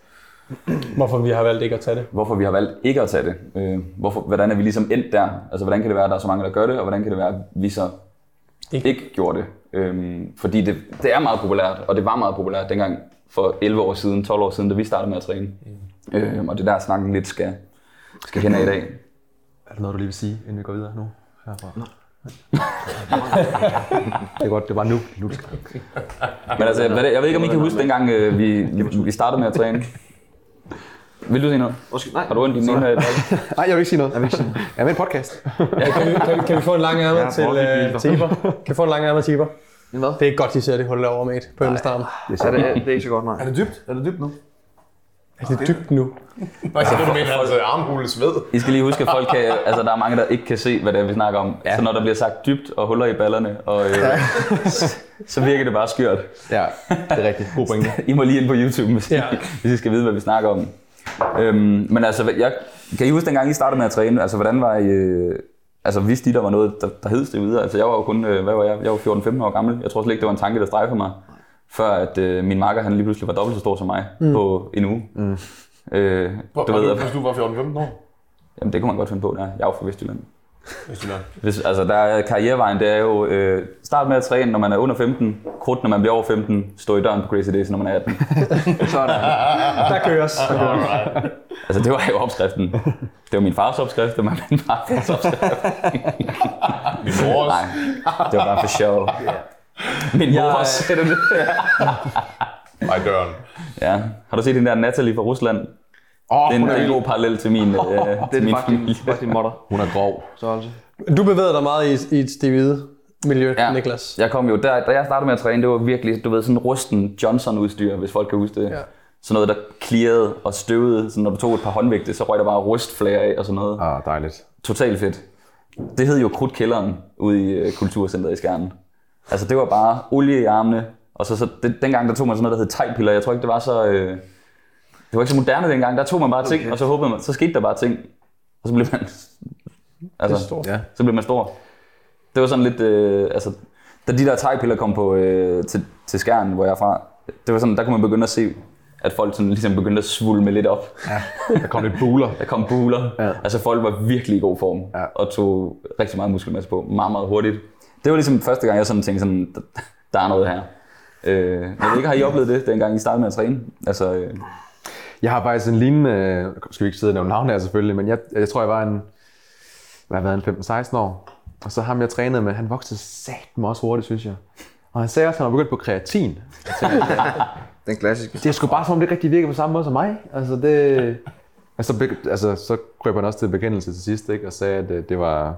Hvorfor vi har valgt ikke at tage det. Hvorfor vi har valgt ikke at tage det. Øh, hvorfor, hvordan er vi ligesom endt der? Altså, hvordan kan det være, at der er så mange, der gør det, og hvordan kan det være, at vi så ikke, ikke gjorde det? Øh, fordi det, det er meget populært, og det var meget populært dengang for elleve år siden, tolv år siden, da vi startede med at træne. Mm. Øh, og det er der, snakken lidt skal, skal hen af i dag. Er der noget, du lige vil sige, inden vi går videre nu? Herfra? No. Det er godt, det var nu. nu. Men altså, jeg ved ikke, om I kan huske dengang, øh, vi, vi startede med at træne. Vil du sige noget? Nej. Har du ondt i den ene? Nej, jeg vil ikke sige noget. Jeg vil ikke sige noget. Jeg er med en podcast. Ja, kan, vi, kan, vi, kan vi få en lang ærmer ja, til uh, Tiber? Kan vi få en lang ærmer til Tiber? Hvad? Det er ikke godt, de ser det hul derovre med et på Ømmerstarmen. Det, er, det, er, det er ikke så godt, nej. Er det dybt? Er det dybt nu? Er det dybt nu? Altså, det du mener, altså armhules sved. I skal lige huske, at folk kan, altså der er mange, der ikke kan se, hvad det er, vi snakker om. Ja. Så når der bliver sagt dybt og huller i ballerne, og, øh, så virker det bare skørt. Ja, det er rigtigt. God pointe. I må lige ind på YouTube, hvis, ja. I, hvis I skal vide, hvad vi snakker om. Øhm, men altså, jeg, kan I huske dengang, I startede med at træne? Altså, hvordan var I... Øh, altså, vidste I, der var noget, der, der hed det videre? Altså, jeg var jo kun... Øh, hvad var jeg? Jeg var fjorten femten år gammel. Jeg tror slet ikke, det var en tanke, der strejfede mig. Før at øh, min makker, han lige pludselig var dobbelt så stor som mig mm. på en uge. Mm. Øh, Hvor, du ved, hvis du var fjorten femten år? Jamen, det kunne man godt finde på, der. Jeg er jo fra Vestjylland. Vestjylland. Hvis, altså, der er karrierevejen, det er jo øh, start med at træne, når man er under femten, krudt, når man bliver over femten, stå i døren på Crazy Days, når man er atten. Sådan. Der køres. Altså, det var jo opskriften. Det var min fars opskrift, det var min fars opskrift. Min mors? Nej, det var bare for sjov. Min mors, sætter det. Ej, døren. Ja. Har du set den der Natalie fra Rusland? Oh, det er en rigtig god parallel til min, oh, øh, det til min familie. Det er din motter. Hun er grov. Så altså. Du bevæger dig meget i, i et stivide miljø, ja. Niklas. Jeg kom jo, der, da jeg startede med at træne, det var virkelig, du ved, sådan rusten Johnson-udstyr, hvis folk kan huske det. Ja. Sådan noget, der klirrede og støvede, så når du tog et par håndvægte, så røg der bare rustflager af og sådan noget. Ah, dejligt. Totalt fedt. Det hed jo Krudtkælderen ude i uh, Kulturcenteret i Skjern. Altså det var bare olie i armene, og så, så det, dengang der tog man sådan noget, der hed thai-piller. Jeg tror ikke, det var så... Øh, det var ikke så moderne dengang. Der tog man bare ting, okay. Og så håbede man, så skete der bare ting. Og så blev man... altså, stor. Ja. Så blev man stor. Det var sådan lidt... Øh, altså, da de der thai-piller kom på, øh, til, til Skjern, hvor jeg er fra, det var sådan, der kunne man begynde at se, at folk sådan ligesom begyndte at svulme lidt op. Ja. Der kom lidt buler. Der kom buler. Ja. Altså folk var virkelig i god form, ja. Og tog rigtig meget muskelmasse på, meget, meget hurtigt. Det var ligesom første gang, jeg sådan tænkte sådan, der er noget her. Øh, jeg ved ikke, har I oplevet det, dengang I startede med at træne? Altså, øh... Jeg har faktisk en lignende, skal vi ikke sidde og nævne navn her selvfølgelig, men jeg, jeg tror, jeg var en, hvad har været, en femten seksten år. Og så ham, jeg trænede med, han voksede satme også hurtigt, synes jeg. Og han sagde også, at han var begyndt på kreatin. Den klassiske. Det er sgu bare som om det ikke rigtig virker på samme måde som mig. Altså det... Altså, altså så krøb han også til bekendelse til sidst, ikke? Og sagde, at det, det var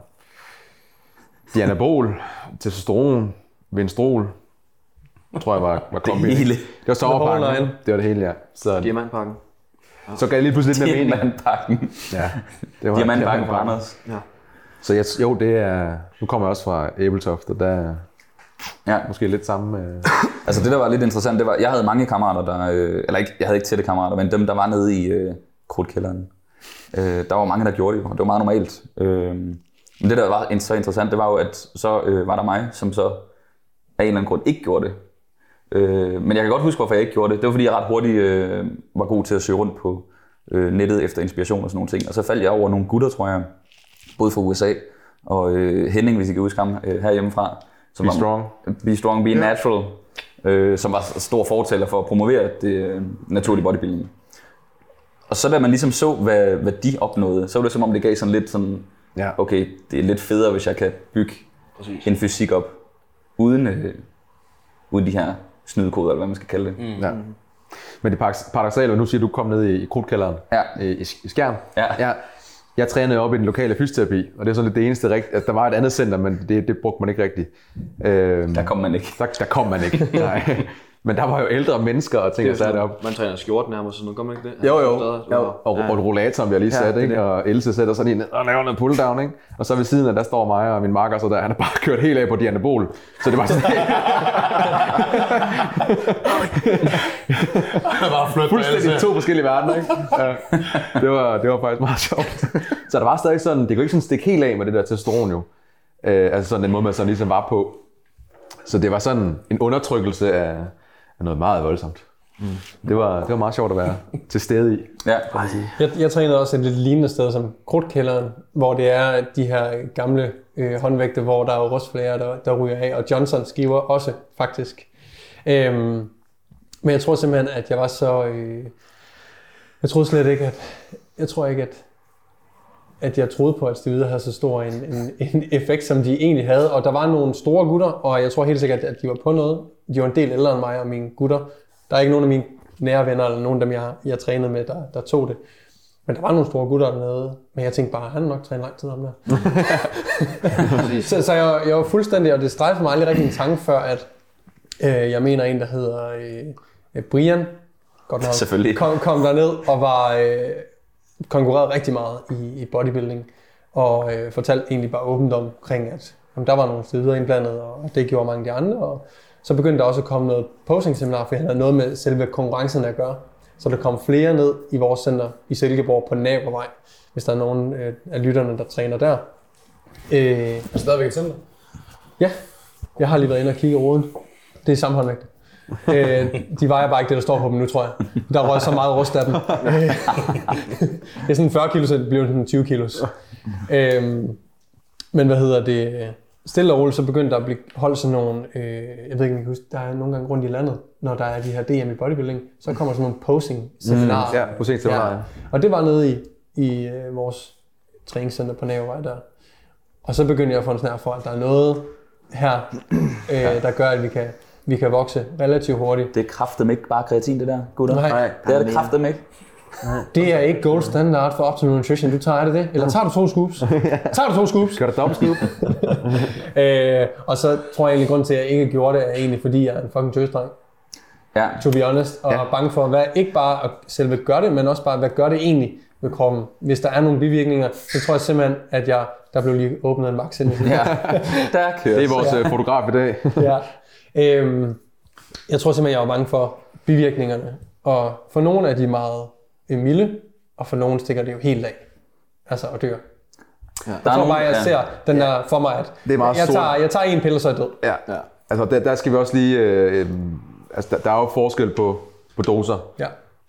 Dianabol, testosteron, Vinstrol, tror jeg var, var kombi. Det hele. Det var sommerpakken. Det var det hele, ja. Så, Diamantpakken. Så gav jeg lige pludselig lidt mere mening. Diamantpakken. Ja. Det var Diamantpakken for Anders. Ja. Så jeg, jo, det er... Nu kommer jeg også fra Æbeltoft, og der er ja. Måske lidt samme... Øh... Altså det, der var lidt interessant, det var, jeg havde mange kammerater, der... Øh, eller ikke, jeg havde ikke tætte kammerater, men dem, der var nede i øh, Krudtkælderen. Øh, der var mange, der gjorde det, og det var meget normalt. Øh, men det, der var så interessant, det var jo, at så øh, var der mig, som så af en eller anden grund ikke gjorde det. Øh, men jeg kan godt huske, hvorfor jeg ikke gjorde det. Det var, fordi jeg ret hurtigt øh, var god til at søge rundt på øh, nettet efter inspiration og sådan nogle ting. Og så faldt jeg over nogle gutter, tror jeg, både fra U S A og øh, Henning, hvis I kan huske ham, øh, herhjemmefra. Som Be var, strong. Be strong, be yeah. natural. Øh, som var stor fortaler for at promovere det øh, naturlige bodybuilding. Og så da man ligesom så, hvad, hvad de opnåede, så var det som om det gav sådan lidt sådan, ja. Okay, det er lidt federe, hvis jeg kan bygge Præcis. En fysik op, uden, øh, uden de her snydekoder, eller hvad man skal kalde det. Mm. Ja. Men det er paradoksalt, nu siger du, du kom ned i, i Krudtkælderen, ja. i, i Skjern. Ja. Ja. Jeg trænede op i den lokale fysioterapi, og det er sådan lidt det eneste rigtigt. Altså, der var et andet center, men det, det brugte man ikke rigtigt. Øhm, der kom man ikke. Der, der kom man ikke, nej. Men der var jo ældre mennesker og ting, der satte op. Man træner skjort nærmest, så nu kommer man ikke det? Jo, jo. jo. Og, ja. og rollatoren bliver lige sat, ja, ikke? Og Else sætter sådan en og laver noget pull-down, ikke? Og så ved siden af, der står mig og min makker, så der, han har bare kørt helt af på Dianabol. Så det var sådan... fuldstændig to forskellige verdener, ikke? Ja. Det var, det var faktisk meget sjovt. Så der var stadig sådan, det kunne ikke sådan stikke helt af med det der testosteron jo. Øh, altså sådan den måde, man sådan ligesom var på. Så det var sådan en undertrykkelse af, af noget meget voldsomt. Det var, det var meget sjovt at være til stede i. Ja. Jeg, jeg trænede også et lidt lignende sted som Krudtkælderen, hvor det er de her gamle øh, håndvægte, hvor der er rustflager, der, der ryger af, og Johnson skiver også faktisk. Øhm, men jeg tror simpelthen, at jeg var så... Øh, jeg troede slet ikke, at... Jeg tror ikke, at at jeg troede på, at steroider havde så stor en, en, en effekt, som de egentlig havde. Og der var nogle store gutter, og jeg tror helt sikkert, at de var på noget. De var en del ældre end mig og mine gutter. Der er ikke nogen af mine nære venner, eller nogen af dem, jeg, jeg trænede med, der, der tog det. Men der var nogle store gutter dernede. Men jeg tænkte bare, han har nok trænet lang tid om der. så så jeg, jeg var fuldstændig, og det strejfede mig aldrig rigtig en tanke før, at øh, jeg mener en, der hedder øh, Brian, godt nok, Selvfølgelig. kom, kom derned og var... Øh, konkurrerede rigtig meget i, i bodybuilding, og øh, fortalte egentlig bare åbent omkring, at jamen, der var nogle steder indblandet, og det gjorde mange af de andre, og så begyndte der også at komme noget posing-seminar, for han havde noget med selve konkurrencen at gøre. Så der kom flere ned i vores center i Silkeborg på Nabervej, hvis der er nogen øh, af lytterne, der træner der. Øh, Er det stadigvæk et center? ja, jeg har lige været inde og kigge roden. Det er samme håndvægt. øh, de vejer bare ikke det, der står på dem nu, tror jeg. Der røg så meget rust af dem. Det er sådan fyrre kilo, så det bliver sådan tyve kilos. Øh, men hvad hedder det? Stille og roligt, så begyndte der at blive holdt sådan nogle, øh, jeg ved ikke, om I kan huske, der er nogle gange rundt i landet, når der er de her D M i bodybuilding, så kommer sådan nogle posing-seminarer. Mm, ja, posing-seminarer. Ja. Og det var nede i, i øh, vores træningscenter på Navervej der. Og så begyndte jeg at få en snær for, at der er noget her, øh, der gør, at vi kan, vi kan vokse relativt hurtigt. Det er kraftedeme ikke bare kreatin, det der, gutter. Nej. Nej, Det er det kraftedeme ikke. Det er ikke gold standard for optimal nutrition. Du tager, er det det? Eller tager du to scoops? Tager du to scoops? Gør du dobbelt scoop? øh, og så tror jeg egentlig, grund til, at jeg ikke gjorde det, er egentlig fordi, jeg er en fucking tøsdreng. Ja. To be honest. Og ja. bange for, hvad, ikke bare at selve gøre det, men også bare, hvad gør det egentlig med kroppen? Hvis der er nogle bivirkninger, så tror jeg simpelthen, at jeg, der blev lige åbnet en max ind. Ja, der kører. Det er vores ja. fotograf i dag. Ja. Øhm, jeg tror simpelthen, jeg var bange for bivirkningerne. Og for nogle er de meget milde, og for nogle stikker det jo helt af. Altså og dør. Ja. Jeg tror bare, jeg ser den der for mig, at Det er meget jeg, sort. tager, jeg tager en pille, så er jeg død. Ja, ja. Altså der, der skal vi også lige... Øh, altså der, der er jo forskel på, på doser. Ja.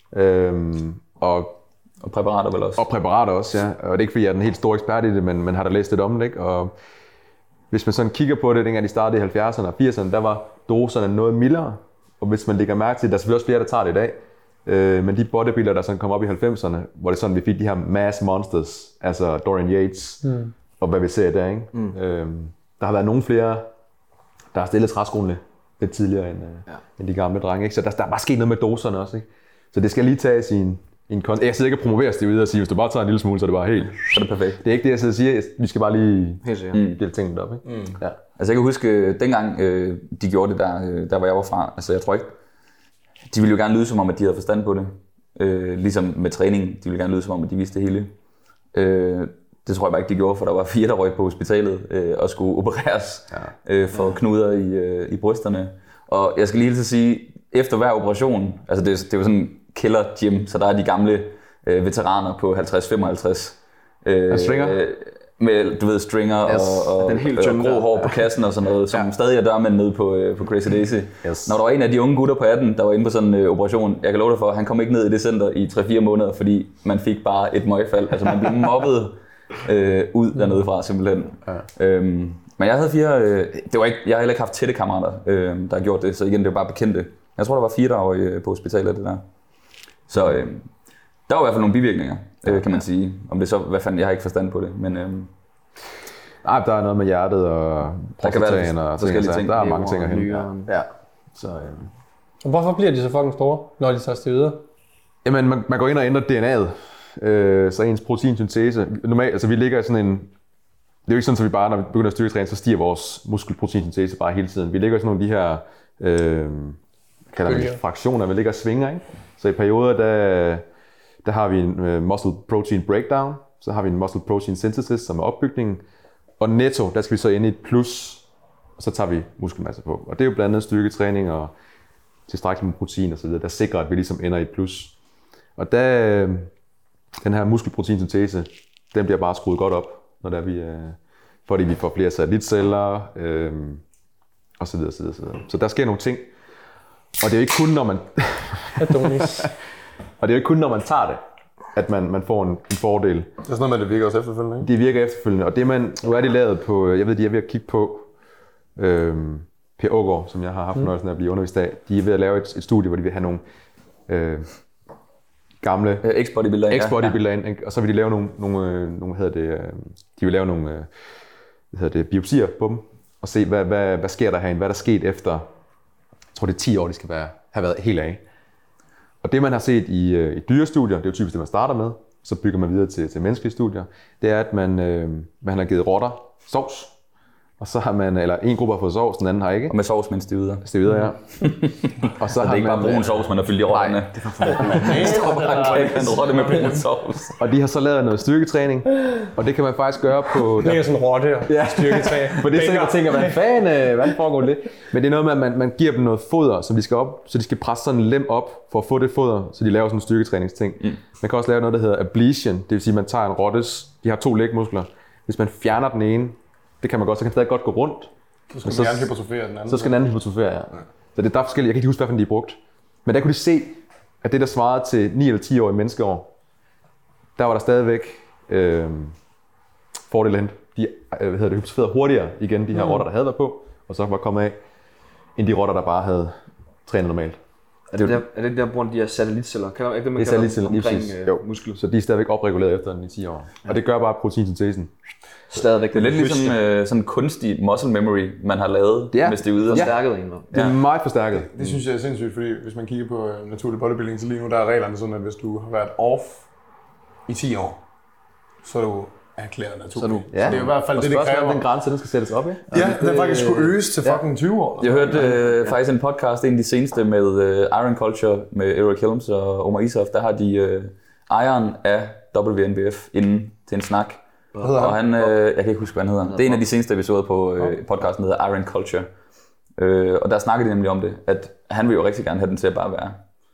Øhm, og, Og præparater vel også. og præparater også, ja. Og det er ikke fordi, jeg er den helt store ekspert i det, men man har da læst lidt om det, ikke? Og hvis man sådan kigger på det, dengang de startede i halvfjerdserne og firserne, der var doserne noget mildere. Og hvis man lægger mærke til, der er selvfølgelig også flere, der tager det i dag. Øh, men de bodybuildere, der sådan kom op i halvfemserne, hvor det sådan, vi fik de her mass monsters, altså Dorian Yates, mm. og hvad vi ser der, ikke? Mm. Øhm, der har været nogle flere, der har stillet træskoene lidt tidligere end, ja. end de gamle drenge, ikke? Så der, der er bare sket noget med doserne også, ikke? Så det skal lige tages i en, i en kontekst. Jeg sidder ikke og promoverer steroider og siger, hvis du bare tager en lille smule, så er det bare helt... Så er det perfekt. Det er ikke det, jeg sidder og siger. Vi skal bare lige Helt sikkert. mm. dele tingene op, ikke? Mm. Ja. Altså jeg kan huske, øh, dengang øh, de gjorde det der, øh, der hvor jeg var fra, altså jeg tror ikke, de ville jo gerne lyde som om, at de havde forstand på det. Øh, ligesom med træning, de ville gerne lyde som om, at de vidste det hele. Øh, det tror jeg bare ikke, de gjorde, for der var fire, der røg på hospitalet øh, og skulle opereres ja. øh, for knuder i, øh, i brysterne. Og jeg skal lige hilse at sige, efter hver operation, altså det, det er jo sådan en killer gym, så der er de gamle øh, veteraner på halvtreds femoghalvtreds. Øh, stringer? Med, du ved, stringer yes. og, og, Den helt og tynde grå der. hår på kassen og sådan noget, som ja. stadig er dørmænd nede på, øh, på Crazy Daisy. Yes. Når der var en af de unge gutter på atten, der var inde på sådan en øh, operation, jeg kan love dig for, han kom ikke ned i det center i tre fire måneder, fordi man fik bare et møgfald. Altså man blev mobbet øh, ud dernede fra simpelthen. Ja. Øhm, men jeg havde fire, øh, det var ikke, jeg har heller ikke haft tætte kammerater, øh, der har gjort det, så igen, det var bare bekendte. Jeg tror, der var fire, der var øh, på hospitalet det der. Så øh, der var i hvert fald nogle bivirkninger, øh, kan man sige. Om det så, hvad fanden, jeg har ikke forstand på det, men... Øh, Nej, der er noget med hjertet og prostataen og forskellige ting. Der er mange ting at hente. Ja. Ja. Så, øh. Og hvorfor bliver de så fucking store, når de tager steroider? Jamen, man, man går ind og ændrer D N A'et, øh, så ens proteinsyntese. Normalt, altså vi ligger i sådan en... Det er jo ikke sådan, at vi bare, når vi begynder at styrketræne, så stiger vores muskelproteinsyntese bare hele tiden. Vi ligger i sådan nogle af de her øh, kalder vi fraktioner, vi ligger og svinger, ikke? Så i perioder, der, der har vi en uh, muscle protein breakdown, så har vi en muscle protein synthesis, som er opbygningen, og netto, der skal vi så ind i et plus, og så tager vi muskelmasse på. Og det er jo blandt andet styrketræning og tilstrækkeligt med protein og så videre, der sikrer, at vi ligesom ender i et plus. Og der, den her muskelproteinsyntese, den bliver bare skruet godt op, når der vi, øh, fordi vi får flere satellitceller, øh, og så videre, så videre, så videre. Så der sker nogle ting. Og det er jo ikke kun, når man... Adonis. og det er jo ikke kun, når man tager det, at man, man får en, en fordel. Det er sådan noget med, det virker også efterfølgende, ikke? Det virker efterfølgende, og det man... Nu er det lavet på... Jeg ved, de er ved at kigge på... Øhm, Per Aagaard, som jeg har haft fornøjelsen af at blive undervist af. De er ved at lave et, et studie, hvor de vil have nogle... Øh, gamle øh, ex-bodybuilder, ex-bodybuilder ja, ja. Og så vil de lave nogle, nogle, øh, nogle hvad hedder det, øh, de vil lave nogle øh, hvad hedder det, biopsier på dem, og se, hvad, hvad, hvad sker der herinde, hvad der er sket efter, jeg tror det er ti år, de skal være, have været helt af. Og det man har set i, øh, i dyrestudier, det er jo typisk det, man starter med, så bygger man videre til, til menneskelige studier, det er, at man, øh, man har givet rotter sovs, og så har man, eller en gruppe har fået sovs, den anden har ikke. Og med sovs, mens det er videre. Det er videre, ja. Og så, så har det er ikke man, bare brun sovs, man har fyldt i rotterne. Nej, det var en rotte med brun sovs. Og de har så lavet noget styrketræning, og det kan man faktisk gøre på... Det er sådan en rotte og ja. styrketræning. For det er sådan, jeg tænker, hvad fanden, hvad foregår det? Men det er noget med, at man, man giver dem noget foder, som de skal op, så de skal presse sådan en lem op for at få det foder, så de laver sådan en styrketræningsting. Mm. Man kan også lave noget, der hedder abletion, det vil sige, at man tager en rottes, de har to lægmuskler. Hvis man fjerner den ene, det kan man godt, så kan det stadig godt gå rundt. Så skal den gerne hypertrofere den anden. Så skal den anden hypertrofere, ja. ja. Så det er der forskellige, jeg kan ikke huske, hvilken de er brugt. Men der kunne de se, at det der svarede til ni eller ti år i menneskeår, der var der stadigvæk øh, fordele hen. De øh, hvad hedder det, hypertroferede hurtigere igen, de her mm. rotter, der havde været på, og så var kommet af, end de rotter, der bare havde trænet normalt. Er det, der, er det der, bruger de her satellitceller? Kan der, ikke det, man det er satellitceller, lige præcis. Øh, muskler. Så de er stadigvæk opreguleret efter den i ti år. Ja. Og det gør bare proteinsyntesen. Stadigvæk. Det er lidt ligesom øh, sådan en kunstig muscle memory, man har lavet, ja. hvis det er ude. Forstærket ja. en. Det er meget forstærket. Det, det synes jeg er sindssygt, fordi hvis man kigger på uh, naturlig bodybuilding, så lige nu der er reglerne sådan, at hvis du har været off i ti år, så er du erklæret naturlig. Så, du, ja. så det er i hvert fald og det, det kræver. den grænse, den skal sættes op, ikke? Ja, ja den faktisk skulle øges til fucking ja. tyve år. Jeg hørte øh, ja. faktisk en podcast, en af de seneste med øh, Iron Culture med Eric Helms og Omar Isuf. Der har de øh, ejeren af W N B F inden til en snak. Og han, øh, jeg kan ikke huske, hvad han hedder. Det er en af de seneste episoder på øh, podcasten, der hedder Iron Culture. Øh, og der snakker de nemlig om det, at han vil jo rigtig gerne have den til at bare være,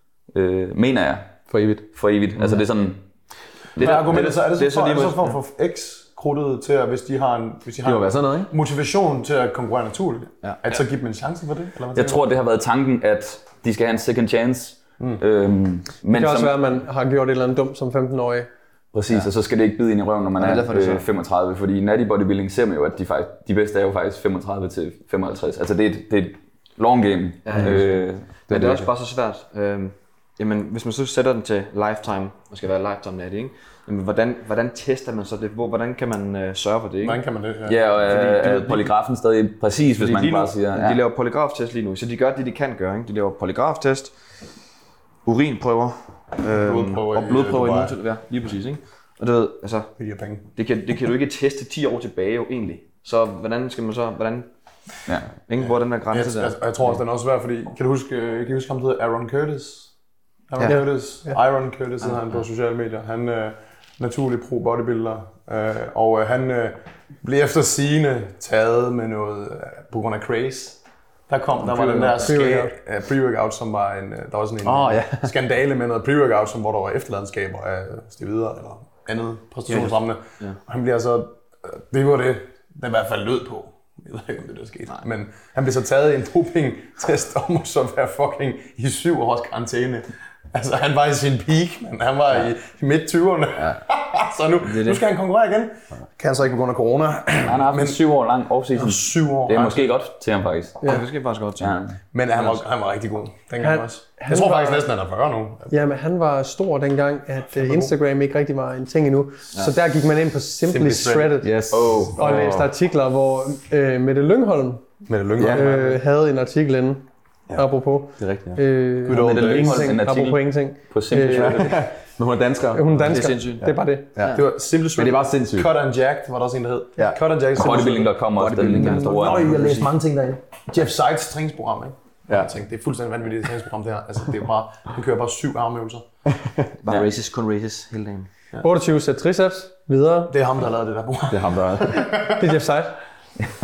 øh, mener jeg, for evigt. For evigt. Mm. Altså det er sådan... Lidt, er, det, så, er det så, det er så, for, er det så for, for X-krudtet til, at hvis de har en hvis de har en sådan noget, ikke? motivation til at konkurrere naturligt, ja. at så give dem en chance for det? Eller hvad jeg tror, det har været tanken, at de skal have en second chance. Mm. Øhm, men det kan også som, være, at man har gjort et eller andet dumt som femten-årig. Præcis, ja. Og så skal det ikke bide ind i røven, når man ja, er øh, femogtredive, fordi i natty bodybuilding ser man jo, at de, faktisk, de bedste er jo faktisk femogtredive til femoghalvtreds. Altså det er et, det er et long game. Ja, øh, det, men det er også bare så svært. Øhm, jamen, hvis man så sætter den til lifetime, og skal være lifetime natty, ikke? Jamen, hvordan, hvordan tester man så det? Hvordan kan man øh, sørge for det? Ikke? Hvordan kan man det? Ja, ja og øh, de, polygrafen stadig præcis, hvis man bare siger... Ja. De laver polygraftest lige nu, så de gør det, de kan gøre. Ikke? De laver polygraftest, urinprøver, øhm, blodprøver og blodprøver i nogen ja, lige præcis, ikke? Og det ved, altså, det kan, det kan du ikke teste ti år tilbage jo egentlig. Så hvordan skal man så, hvordan, ja. Ingen bruger den der grænse jeg, der. Jeg, jeg tror også, den er også svær, fordi, kan du huske, kan du huske ham, der hedder Aaron Curtis? Aaron ja. Curtis, ja. Iron Curtis hedder han på sociale medier. Han er øh, naturlig pro bodybuilder, øh, og øh, han øh, blev efter sigende taget med noget, øh, på grund af craze. Der kom, der var den der pre-workout, pre-workout som var en, der var sådan en oh, ja. skandale med noget pre-workout, som hvor der var efterladenskaber af steroider eller andet præstationsfremmende. Ja. Ja. Og han bliver så, det var det, der i hvert fald lød på. Jeg ved ikke, om det der skete. Nej. Men han blev så taget i en doping-test om at så være fucking i syv års karantæne. Altså, han var i sin peak, men han var ja. i midt-tyverne. Ja. Så nu, det det. nu skal han konkurrere igen. Kan han så ikke på grund af corona. Han har haft men, en syv år lang off-season. Syv år. Det er måske godt til ham faktisk. Ja, det skal faktisk godt til ham. Ja. Men han var, han var rigtig god dengang også. Jeg tror faktisk næsten, han er fyrre nu. Ja, men han var stor dengang, at Instagram ikke rigtig var en ting endnu. Ja. Så der gik man ind på Simply, Simply Shredded yes. oh. og læste artikler, hvor øh, Mette Lyngholm, Mette Lyngholm øh, havde en artikel inde. Ja. Apropos. Det er rigtigt, ja. Øh, Mette Lyngholm, apropos ingenting. På Simply Shredded. Men hun er dansker. Hun er dansker. Det er sindssygt. Det er bare det. Ja. Det var Simply Shredded. Men det var sindssygt. Cut and Jacked var der også en, der hed. Ja. Cut and Jacked. Bodybuilding punktum com også. Den store. Nå, jeg læste mange ting derinde. Jeff Seitz træningsprogram, ikke? Ja. Jeg tænkte, det er fuldstændig vanvittigt træningsprogram det her. Altså, det er bare, han kører bare syv armøvelser. Bare ja. races, kun races hele dagen. Ja. otteogtyve sæt triceps, videre. Det er ham, der har lavet det der program. Det er ham, der har Det er Jeff Seitz.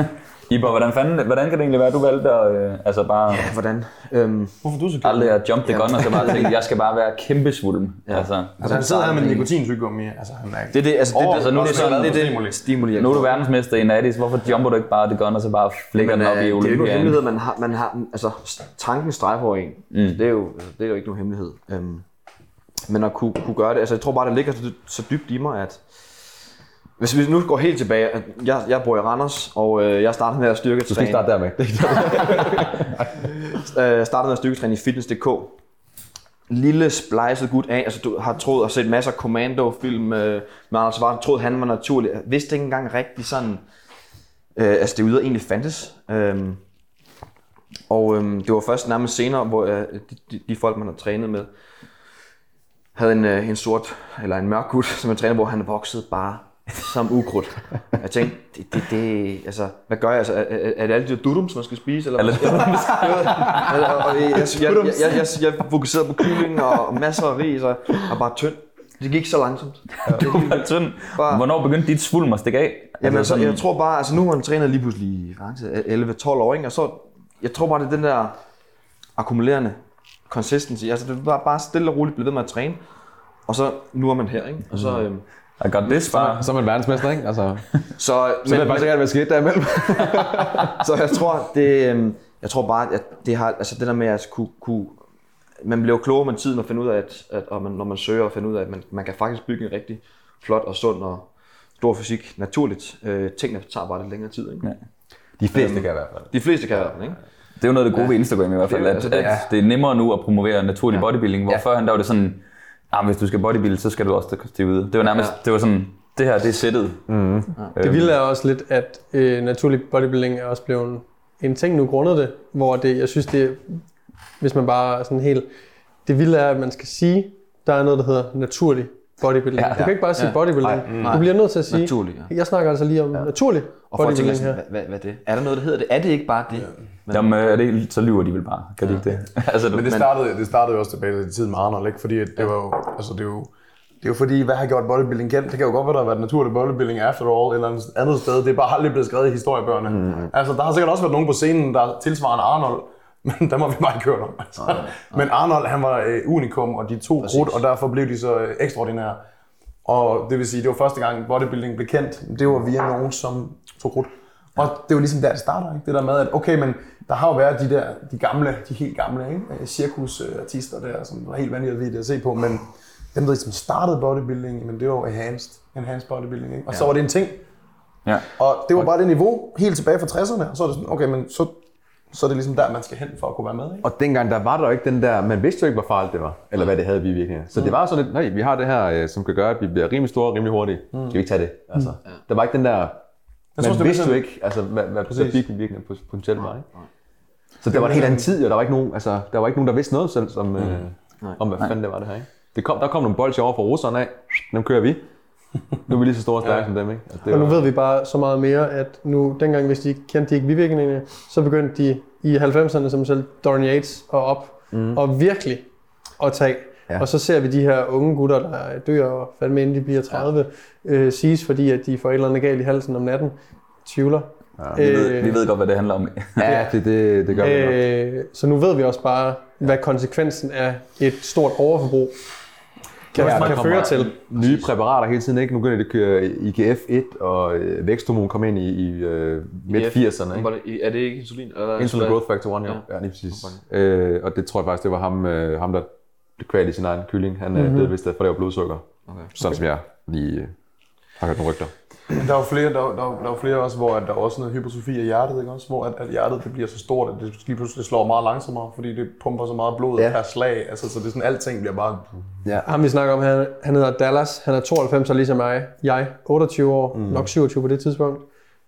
Iber, hvordan, fanden, hvordan kan det egentlig være, at du valgte at øh, altså bare Ja, hvordan? Øhm, Hvorfor du så aldrig at jump the gun, og så bare tænke, jeg skal bare være kæmpe svulm. Ja. Altså, Altså, han sidder her med nikotintyggegummi. Altså, han er det er det, altså det, Åh, det, altså, nu er det, også sådan, det, lavet er på det stimuli. nu er du verdensmester i nattis, hvorfor jumper du ikke bare the gun, og så bare flækker den op i Det er jo ikke nogen Olympiaden? hemmelighed, man har, man har altså tanken strejfer over en. Mm. Det, er jo, det er jo ikke nogen hemmelighed. Øhm, men at kunne, kunne gøre det, altså jeg tror bare, det ligger så, så dybt i mig, at hvis vi nu går helt tilbage, at jeg, jeg bor i Randers, og øh, jeg startede med at styrketræne. Du skal starte der med. Jeg startede med at styrketræne i fitness punktum d k. Lille splejset gut af, altså du har troet og set masser af Commando-film øh, med Anders Varden, troede han var naturlig. Jeg vidste ikke engang rigtig sådan, øh, altså det ude egentlig fandtes. Øhm, og øhm, det var først nærmest senere, hvor øh, de, de, de folk, man har trænet med, havde en, øh, en sort, eller en mørk gut, som jeg trænede, hvor han voksede bare som ukrudt. Jeg tænkte, det, det, det, altså, hvad gør jeg? Altså, er, er, er det alle de der dudums, man skal spise? Eller, eller og, og jeg, jeg, jeg, jeg, jeg, jeg fokuserede på kylling og masser af ris, og var bare tynd. Det gik så langsomt. Du var tynd. Hvornår begyndte dit svulm at stikke af? Jamen, altså, altså, jeg tror bare, altså nu har han trænet lige pludselig elleve tolv år, ikke? Og så, jeg tror bare, det er den der akkumulerende consistency. Altså, det var bare stille og roligt blevet ved med at træne. Og så, nu er man her, ikke? Og så, øhm, I got this far. Så er man verdensmester, ikke? Altså, så, så men, er det faktisk ikke, hvad skete der imellem. Så jeg tror, det, øhm, jeg tror bare, at det har, altså det der med at kunne, kunne man bliver klogere med tiden og finde ud af, at, at og man, når man søger og finder ud af, at man, man kan faktisk bygge en rigtig flot og sund og stor fysik naturligt. Øh, tingene tager bare lidt længere tid, ikke? Ja. De fleste kan i hvert fald. De fleste kan i hvert fald, ikke? Det er jo noget af det gode ved Instagram i hvert fald, Det er jo- at, altså, det er- at det er nemmere nu at promovere naturlig bodybuilding, hvor Ja. førhen der var det sådan, ah, hvis du skal bodybuilde, så skal du også stive ud. Det var nærmest, det var sådan, det her, det er sættet. Mm. Det vilde er også lidt, at øh, naturlig bodybuilding er også blevet en ting nu grundet det, hvor det, jeg synes det, hvis man bare er sådan helt, det vilde er, at man skal sige, der er noget, der hedder naturlig bodybuilding. Ja, Du ja. kan ikke bare sige Ja. bodybuilding. Nej, Du bliver nødt til at sige, Naturlig, ja. jeg snakker altså lige om naturlig Og folk tænker bodybuilding sådan, her. hvad, hvad, hvad er det? Er der noget, der hedder det? Er det ikke bare det? Ja. Jamen, er det ikke, så lyver de vel bare, kan de ikke det? altså, Men det startede, det startede jo også tilbage til tiden med Arnold, ikke? Fordi det var jo, altså det er jo, det er jo fordi, hvad har gjort bodybuilding kendt? Det kan jo godt være, der har været naturlig bodybuilding after all, eller et andet sted. Det er bare aldrig blevet skrevet i historiebøgerne. Mm. Altså, der har sikkert også været nogen på scenen, der er tilsvarende Arnold, men der må vi bare ikke høre om. Altså. Nej, nej. Men Arnold, han var øh, unikum, og de to krudt, og derfor blev de så øh, ekstraordinære. Og det vil sige, det var første gang bodybuilding blev kendt, det var via nogen, som tog krudt. Og det er jo ligesom der, det starter, ikke? Det der med, at okay, men der har jo været de der, de gamle, de helt gamle, ikke? Cirkusartister der, som var helt vanvittigt at se på, men dem, der ligesom startede bodybuilding, men det var enhanced, enhanced bodybuilding, ikke? Og ja. Så var det en ting. Ja. Og det var bare det niveau, helt tilbage fra tresserne, og så er det sådan, okay, men så, så er det ligesom der, man skal hen for at kunne være med, ikke? Og dengang, der var der jo ikke den der, man vidste jo ikke, hvor farligt det var, eller hvad det havde vi virkelig. Så det var sådan lidt, nej, vi har det her, som kan gøre, at vi bliver rimelig store, rimelig hurtige. Skal vi ikke tage det? Altså, ja. Der var ikke den der, man tror, det vidste var jo ikke, altså, hvad, hvad så fik vi virkelig potentielt var, ikke? Så der var en helt anden tid, og der var ikke nogen, altså, der var ikke nogen, der vidste noget selv, som, mm. øh, om hvad fanden det var det her, ikke? Det kom, der kom nogle bolsjer over fra russerne af, dem kører vi. Nu er vi lige så store og stærke ja. som dem, ikke? Det og nu var... ved vi bare så meget mere, at nu, dengang, hvis de kendte de ikke bivirkningerne, så begyndte de i halvfemserne, som selv Dorian Yates, og op, mm. og virkelig at tage. Ja. Og så ser vi de her unge gutter, der dør, og fandme inden de bliver tredive, ja. øh, siges, fordi at de får et eller andet galt i halsen om natten. Tvivler. Ja, vi, øh, ved, vi ved godt, hvad det handler om. Ja, det, det, det gør vi øh, nok. Så nu ved vi også bare, hvad konsekvensen af et stort overforbrug kan, ja, kan føre til. Nye præparater hele tiden, ikke? Nu begynder det at køre I G F et, og øh, væksthormon kom ind i, i øh, midt firserne. Ikke? Er det ikke insulin? Eller Insulin Growth Factor et, ja. Ja, lige præcis. Øh, og det tror jeg faktisk, det var ham, øh, ham der blev kvalt i sin egen kylling. Han mm-hmm. døde vist, for det var blodsukker. Okay. Sådan som jeg lige øh, har hørt nogle rygter. Men der er jo flere, der, der, der er flere også, hvor der er også noget hypertrofi af hjertet, ikke også? Hvor at, at hjertet det bliver så stort, at det lige pludselig slår meget langsommere, fordi det pumper så meget blod ja. per slag. Altså, så det er sådan, alting bliver bare... Ja. Ham vi snakker om, han, han hedder Dallas, han er tooghalvfems og ligesom mig. Jeg, otteogtyve år, mm. nok syvogtyve på det tidspunkt,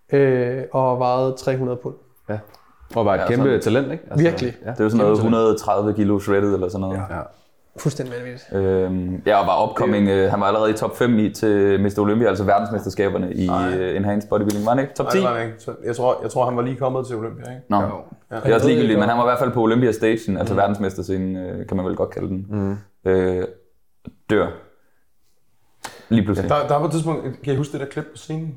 øh, og vejede tre hundrede pund. Ja. Og var et ja, kæmpe sådan, talent, ikke? Altså, virkelig. Ja. Det er jo sådan noget et hundrede og tredive kilo shredded eller sådan noget. Ja. Ja. Fuldstændig vanvittigt. Øhm, jeg var opkoming, øh, han var allerede i top fem i til mister Olympia, altså verdensmesterskaberne i uh, Enhanced Bodybuilding. Var han ikke? top ti? Nej, det var han ikke. Jeg tror, jeg tror, han var lige kommet til Olympia, ikke? Nå, ja. Det er også ligegyldigt, men han var i hvert fald på Olympia-stagen, altså mm. verdensmesterscenen, øh, kan man vel godt kalde den, mm. øh, dør. Lige pludselig. Ja, der, der var et tidspunkt, kan I huske det der klip på scenen?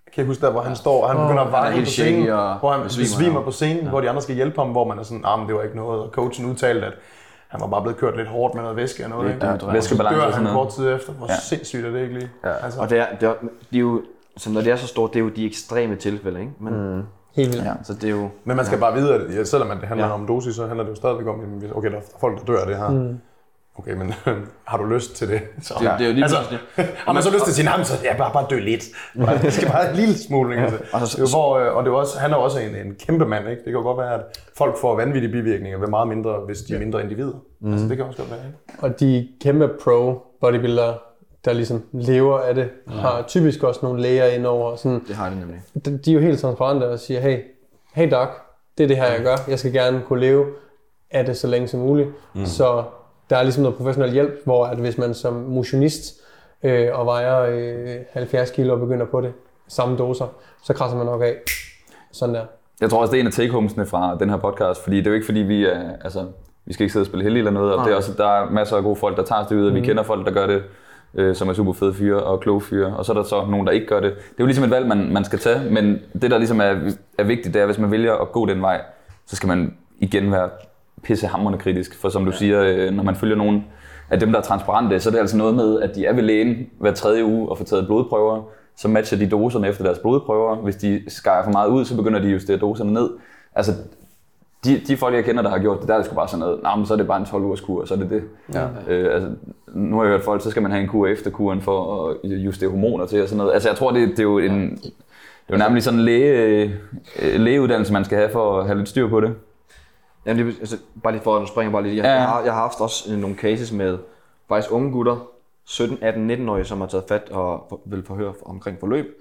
kan jeg huske der, hvor han står, og han begynder at veje på scenen, og hvor han besvimer, besvimer på scenen, ja. Hvor de andre skal hjælpe ham, hvor man er sådan, ah, men det var ikke noget, og coachen udtalte, at han var bare blevet kørt lidt hårdt med noget væske og noget, ikke? Ja, Og så væskebalance dør og sådan han noget. kort tid efter. Hvor Ja. sindssygt er det ikke lige? Ja. Altså, Og det er, det er, det er jo, så når det er så stort, det er jo de ekstreme tilfælde, ikke? Men, mm. Helt vildt. Ja. Så det er jo... men man skal bare vide, at ja, selvom det handler Ja. om dosis, så handler det jo stadigvæk om, at okay, der er folk, der dør af det her. Mm. Okay, men har du lyst til det? Så, Det, det er jo lige altså, pludselig det. har man så lyst til sin ham, så ja, bare, bare dø lidt. Det skal bare en lille smule. Ikke? Altså. Og så- Det er jo hvor, øh, og det er jo også, han er jo også en, en kæmpe mand. Ikke? Det kan jo godt være, at folk får vanvittige bivirkninger ved meget mindre, hvis de er mindre individer. Mm. Altså, det kan også godt være. Ikke? Og de kæmpe pro bodybuildere, der ligesom lever af det, har typisk også nogle læger indover. Sådan, Det har det nemlig. de, de er jo helt transparente og siger, hey, hey doc, det er det her, jeg gør. Jeg skal gerne kunne leve af det så længe som muligt. Mm. Så der er ligesom noget professionel hjælp, hvor at hvis man som motionist øh, og vejer øh, halvfjerds kilo og begynder på det, samme doser, så krasser man nok af. Sådan der. Jeg tror også, det er en af take-homesene fra den her podcast, fordi det er jo ikke fordi, vi er, altså, vi skal ikke sidde og spille heldige eller noget, og det er også, der er masser af gode folk, der tager det ud, og vi kender folk, der gør det, øh, som er super fede fyre og kloge fyre, og så er der så nogen, der ikke gør det. Det er jo ligesom et valg, man, man skal tage, men det, der ligesom er, er vigtigt, det er, hvis man vælger at gå den vej, så skal man igen være pissehamrende kritisk, for som du siger, øh, når man følger nogen af dem, der er transparente, så er det altså noget med, at de er ved lægen hver tredje uge og får taget blodprøver, så matcher de doserne efter deres blodprøver. Hvis de skærer for meget ud, så begynder de at justere doserne ned. Altså, de, de folk, jeg kender, der har gjort det, der er det sgu bare sådan noget, nah, men så er det bare en tolv ugers kur, og så er det det. Ja. Øh, altså, nu har jeg hørt folk, så skal man have en kur efter kuren for at justere hormoner til og sådan noget. Altså, jeg tror, det, det er jo en, det er jo nærmest sådan en læge, lægeuddannelse, man skal have for at have lidt styr på det. Jamen, det, altså, bare lige for at springe bare lidt. Jeg, Ja. jeg, har, jeg har haft også øh, nogle cases med faktisk unge gutter, sytten, atten, nitten-årige, som har taget fat og vil forhøre omkring forløb.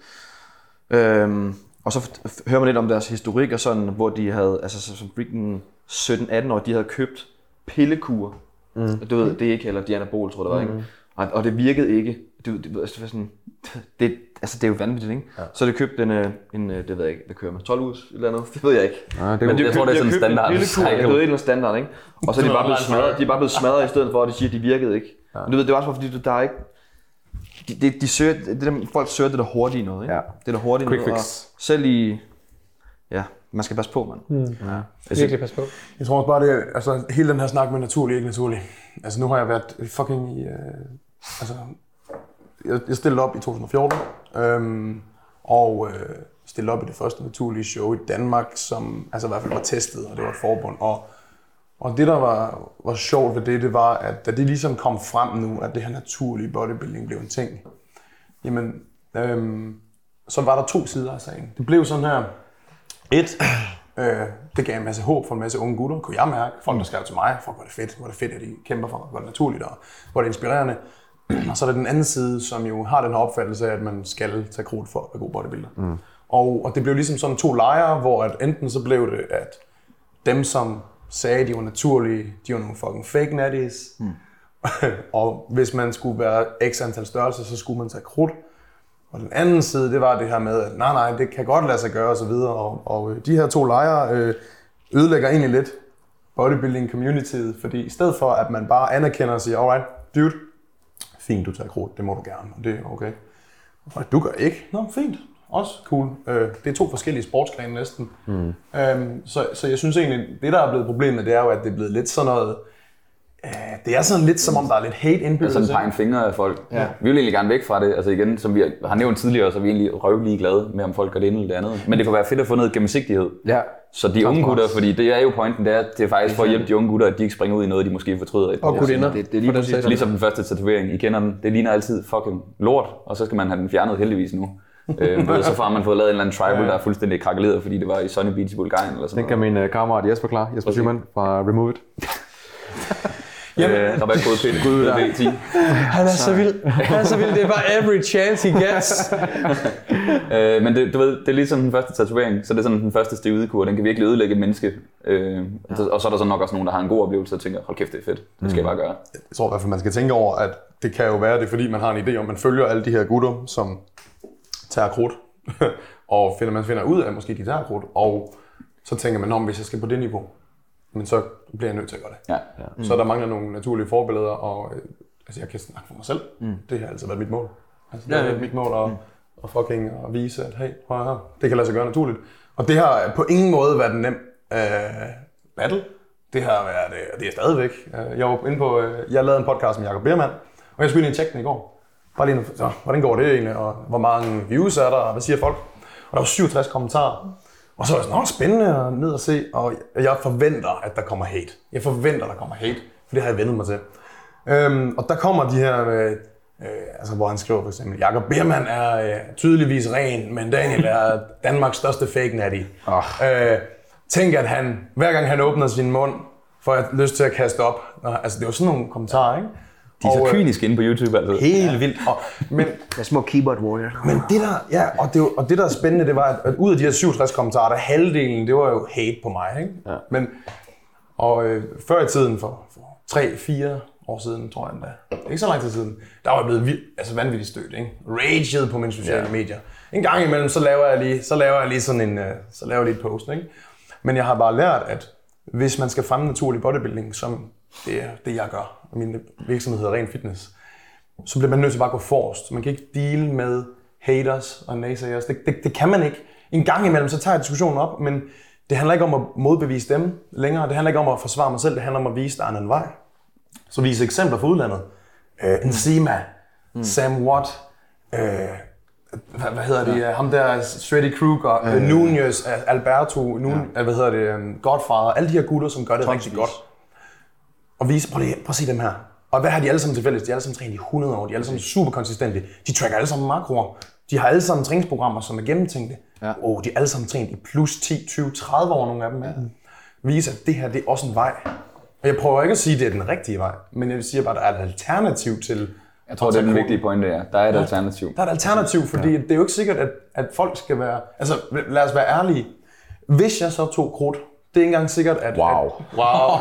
Øhm, og så f- hører man lidt om deres historik og sådan, hvor de havde, altså så- som freaking sytten, atten-årige, de havde købt pillekurer. Mm. Du ved, det er ikke, eller Dianabol, tror jeg, det var, ikke? Og, og det virkede ikke. Det, det, altså, det, var sådan, det, altså, det er jo vanvittigt, ikke? Ja. Så de købte en, øh, en, øh, det ved jeg ikke, hvad kører man, tolv uger eller noget? Det ved jeg ikke. Ja, det Men de jeg tror, det er sådan en standard. En pillekur, det er jo et eller andet standard, ikke? Og så er de bare blevet smadret, de er bare blevet smadret i stedet for, at de siger, at de virkede ikke. Ja. Men du ved, det er også bare fordi, der er ikke... De, de, de søger, det der, folk søger det der hurtige noget, ikke? Ja. Det der hurtige Quick noget, fix. og selv i... Ja, man skal passe på, mand. Mm. Ja. Virkelig pas på. Jeg tror også bare, det er, altså hele den her snak med naturlig, ikke naturlig. Altså nu har jeg været fucking i, øh, altså, jeg, jeg stillede op i to tusind og fjorten, øhm, og øh, stillede op i det første naturlige show i Danmark, som altså i hvert fald var testet, og det var et forbund. Og, og det, der var, var sjovt ved det, det var, at da det ligesom kom frem nu, at det her naturlige bodybuilding blev en ting, jamen, øhm, så var der to sider af sagen. Det blev sådan her, et, øh, det gav en masse håb for en masse unge gutter, kunne jeg mærke. Folk, der skrev til mig, folk, hvor det fedt, hvor det fedt, at de kæmper for, hvor det naturligt, og hvor det inspirerende. Og så er der den anden side, som jo har den her opfattelse af, at man skal tage krudt for at være god bodybuilder. Mm. Og, og det blev ligesom sådan to lejre, hvor at enten så blev det, at dem, som sagde, de var naturlige, de var nogle fucking fake natties. Mm. Og hvis man skulle være x antal størrelser, så skulle man tage krudt. Og den anden side, det var det her med, at nej, nej, det kan godt lade sig gøre og så videre. Og, og de her to lejre øh, ødelægger egentlig lidt bodybuilding communityet, fordi i stedet for, at man bare anerkender og siger, alright, dude, fint, du tager krudt, det må du gerne, og det er okay. Og du gør ikke, nå, fint, også cool. Øh, det er to forskellige sportsgrene næsten. Mm. Øhm, så, så jeg synes egentlig, det der er blevet problemet, det er jo, at det er blevet lidt sådan noget, det er sådan lidt som om, der er lidt hate indbygget. Altså en pege en finger af folk. Ja. Vi vil egentlig gerne væk fra det. Altså igen, som vi har nævnt tidligere, så er vi egentlig røvlige glade med, om folk gør det ene eller det andet. Men det kunne være fedt at få noget gennemsigtighed. Ja. Så de unge gutter, fordi det er jo pointen, det er, det er faktisk for at hjælpe de unge gutter, at de ikke springer ud i noget, de måske fortryder. Og gudinder. Det, det er lige præcis. Ligesom den første tatovering, I kender den. Det ligner altid fucking lort, og så skal man have den fjernet heldigvis nu. øh, ved, så får man fået lavet en eller anden tribal, der er fuldstændig krakeleret, fordi det var i Sunny Beach i Bulgarien eller sådan Den kan min uh, kammerat Jesper klar. Jesper Schumann fra Remove It. Øh, rabatkode P D ti. Han er så vild. Han er så vild. Det er bare every chance he gets. øh, men det, du ved, det er ligesom den første tatovering, så det er sådan den første steroidekur. Den kan virkelig ødelægge et menneske. Øh, ja. Og så er der så nok også nogen, der har en god oplevelse og tænker, hold kæft, det er fedt. Det skal mm. jeg bare gøre. Jeg tror i hvert fald, man skal tænke over, at det kan jo være, det er fordi, man har en idé om, man følger alle de her gutter, som tager krudt. og finder, man finder ud af, at måske de tager krudt. Og så tænker man, om hvis jeg skal på det niveau, men så bliver jeg nødt til at gøre det. Ja. Ja. Mm. Så der mangler nogle naturlige forbilleder, og øh, altså jeg kan snakke for mig selv. Mm. Det har altid været mit mål. Altså, det Ja, har ja. været mit mål at, og fucking at vise, at hey, prøv at høre, det kan lade sig gøre naturligt. Og det har på ingen måde været en nem øh, battle. Det har været, øh, det er stadigvæk. Jeg var inde på, øh, jeg lavede en podcast med Jacob Beermann, og jeg skulle lige tjekke den i går. Bare lige, så, hvordan går det egentlig, og hvor mange views er der, og hvad siger folk? Og der var syvogtres kommentarer. Og så var det sådan, spændende at ned og se, og jeg forventer, at der kommer hate. Jeg forventer, at der kommer hate, for det har jeg vendet mig til. Øhm, og der kommer de her, øh, øh, altså hvor han skriver for eksempel, Jacob Beermann er øh, tydeligvis ren, men Daniel er Danmarks største fake natty. Oh. Øh, tænk, at han, hver gang han åbner sin mund, får jeg lyst til at kaste op. Nå, altså det var sådan nogle kommentarer, ikke? De er så og, kyniske inde på YouTube, altså. Helt ja. vildt. Og, men, Jeg er små keyboard warrior. men det der, ja, og det, og det der er spændende, det var, at, at ud af de her syvogtres kommentarer, der halvdelen, det var jo hate på mig, ikke? Ja. Men, og øh, før i tiden, for, for tre, fire år siden, tror jeg endda, det er ikke så lang tid siden, der var jeg blevet vild, altså vanvittigt stødt, ikke? Raged på mine sociale ja. medier. En gang imellem, så laver jeg lige, så laver jeg lige sådan en, uh, så laver jeg lige et post, ikke? Men jeg har bare lært, at hvis man skal fremme naturlig bodybuilding, som det er det, jeg gør, og min virksomhed hedder Ren Fitness, så bliver man nødt til bare at gå forrest. Man kan ikke deale med haters og naysayers. Det, det, det kan man ikke. En gang imellem, så tager jeg diskussionen op, men det handler ikke om at modbevise dem længere. Det handler ikke om at forsvare mig selv. Det handler om at vise, der er en anden vej. Så vise eksempler fra udlandet. Uh, Enzima, mm. Sam Watt, uh, hvad, hvad hedder det, ja. ham der, Freddy Krueger, uh, uh, Nunez, Alberto, Nun, ja. hvad hedder det, um, Godfather, alle de her gutter, som gør det rigtig godt. Og vise, prøv, lige, prøv at se dem her. Og hvad har de alle sammen til fælles? De er alle sammen trænet i hundrede år, de er alle sammen super konsistente. De tracker alle sammen makroer. De har alle sammen træningsprogrammer, som er gennemtænkte. Ja. Oh, de er alle sammen trænet i plus ti, tyve, tredive år, nogle af dem. Ja. Vise, at det her det er også en vej. Og jeg prøver ikke at sige, at det er den rigtige vej, men jeg siger bare, at der er et alternativ til... Jeg tror, det er den vigtige pointe, ja. Der er et ja, alternativ. Der er et alternativ, fordi ja. det er jo ikke sikkert, at, at folk skal være... Altså, lad os være ærlige. Hvis jeg så tog krudt, det er ikke engang sikkert, at... Wow. At, wow.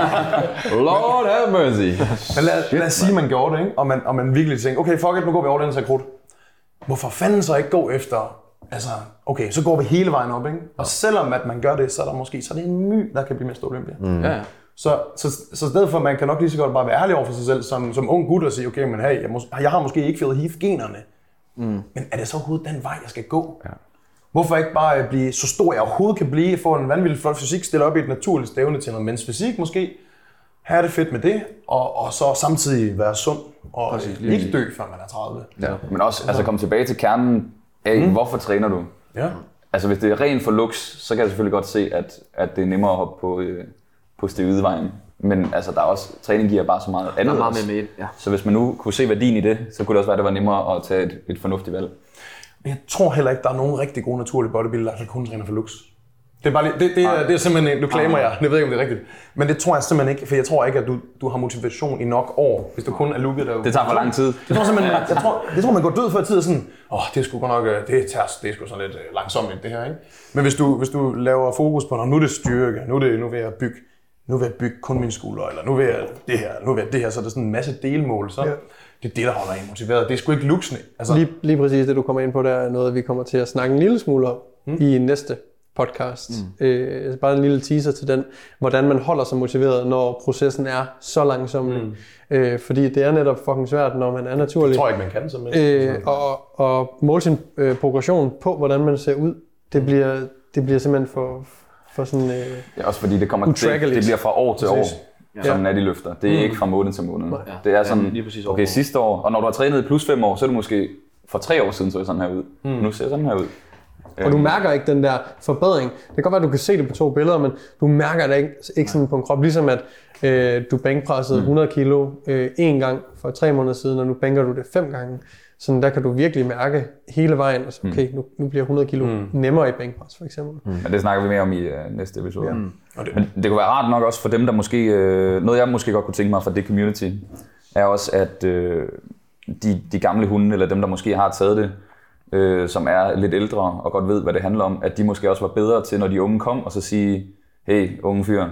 Lord have mercy. Men lad, lad os sige, at man gjorde det, ikke? Og, man, og man virkelig tænker, okay, fuck it, nu går vi over den her krudt. Hvorfor fanden så ikke gå efter... Altså, okay, så går vi hele vejen op, ikke? Og selvom at man gør det, så er der måske så er det en my, der kan blive Mister Olympia. Mm. Ja, ja. Så, så, så i stedet for, man kan nok lige så godt bare være ærlig over for sig selv, som, som ung gut og sige, okay, men hey, jeg, må, jeg har måske ikke fået H I V-generne, mm. men er det så overhovedet den vej, jeg skal gå? Ja. Hvorfor ikke bare blive så stor, jeg overhovedet kan blive, få en vanvittig flot fysik, stille op i et naturligt stævne til noget mens fysik måske, have det fedt med det, og, og så samtidig være sund og Præcis, ikke dø, før man er tredive. Ja. Men også altså, komme tilbage til kernen af, mm. hvorfor træner du? Ja. Altså hvis det er rent for lux, så kan jeg selvfølgelig godt se, at, at det er nemmere at hoppe på, øh, på steroidevejen. Men altså, der er også, træning giver bare så meget andet. Meget med med, ja. Så hvis man nu kunne se værdien i det, så kunne det også være, at det var nemmere at tage et, et fornuftigt valg. Jeg tror heller ikke, der er nogen rigtig gode naturlige bodybuildere, der kun træner for lux. Det er, bare lige, det, det, er, det er simpelthen, nu claimer jeg, jeg ved ikke, om det er rigtigt. Men det tror jeg simpelthen ikke, for jeg tror ikke, at du, du har motivation i nok år, hvis du kun er lukket der. Det tager for lang tid. Det tror simpelthen, jeg tror, det tror man går død før tid og sådan, åh, oh, det er sgu godt nok, det er tærs, det er sgu sådan lidt langsomt det her, ikke? Men hvis du, hvis du laver fokus på, nu er det styrke, nu er det, nu vil jeg bygge, nu vil jeg bygge kun mine skuldre, eller nu vil jeg det her, nu vil jeg det her, så er det sådan en masse delmål, så ja. Det er det, der holder en motiveret. Det er sgu ikke luksne. Altså... Lige, lige præcis det, du kommer ind på, der er noget, vi kommer til at snakke en lille smule om mm. i næste podcast. Mm. Øh, bare en lille teaser til den, hvordan man holder sig motiveret, når processen er så langsom. Mm. Øh, fordi det er netop fucking svært, når man er naturlig. Det tror jeg ikke, man kan simpelthen. Øh, og, og måle sin øh, progression på, hvordan man ser ud, det bliver, det bliver simpelthen for, for sådan øh, ja, også fordi det kommer det, det bliver fra år til præcis. år. Ja. Sådan er de løfter. Det er mm. ikke fra måned til måned. Ja. Det er sådan, ja, okay, sidste år, og når du har trænet i plus fem år, så er du måske for tre år siden så sådan her ud. Mm. Nu ser sådan her ud. Og du mærker ikke den der forbedring. Det kan godt være, at du kan se det på to billeder, men du mærker det ikke, ikke sådan på en krop. Ligesom at øh, du bænkpressede mm. hundrede kilo øh, en gang for tre måneder siden, og nu bænker du det fem gange. Så der kan du virkelig mærke hele vejen, altså okay, nu, nu bliver hundrede kilo mm. nemmere i bænkpres for eksempel. Mm. Men det snakker vi mere om i uh, næste episode. Ja. Mm. Men det kunne være rart nok også for dem, der måske, øh, noget jeg måske godt kunne tænke mig fra det community, er også at øh, de, de gamle hunde, eller dem der måske har taget det, øh, som er lidt ældre og godt ved, hvad det handler om, at de måske også var bedre til, når de unge kom, og så sige, hey unge fyr,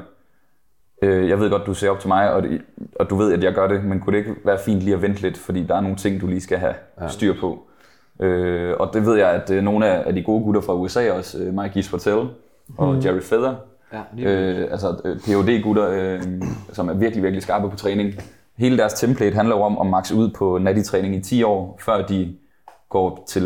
øh, jeg ved godt, du ser op til mig, og, og du ved, at jeg gør det, men kunne det ikke være fint lige at vente lidt, fordi der er nogle ting, du lige skal have styr på. Øh, og det ved jeg, at øh, nogle af, af de gode gutter fra U S A også, øh, Mike Ispatel og mm. Jerry Feather, ja, øh, altså P H D-gutter, øh, som er virkelig, virkelig skarpe på træning. Hele deres template handler jo om at maxe ud på natty-træning i ti år, før de går til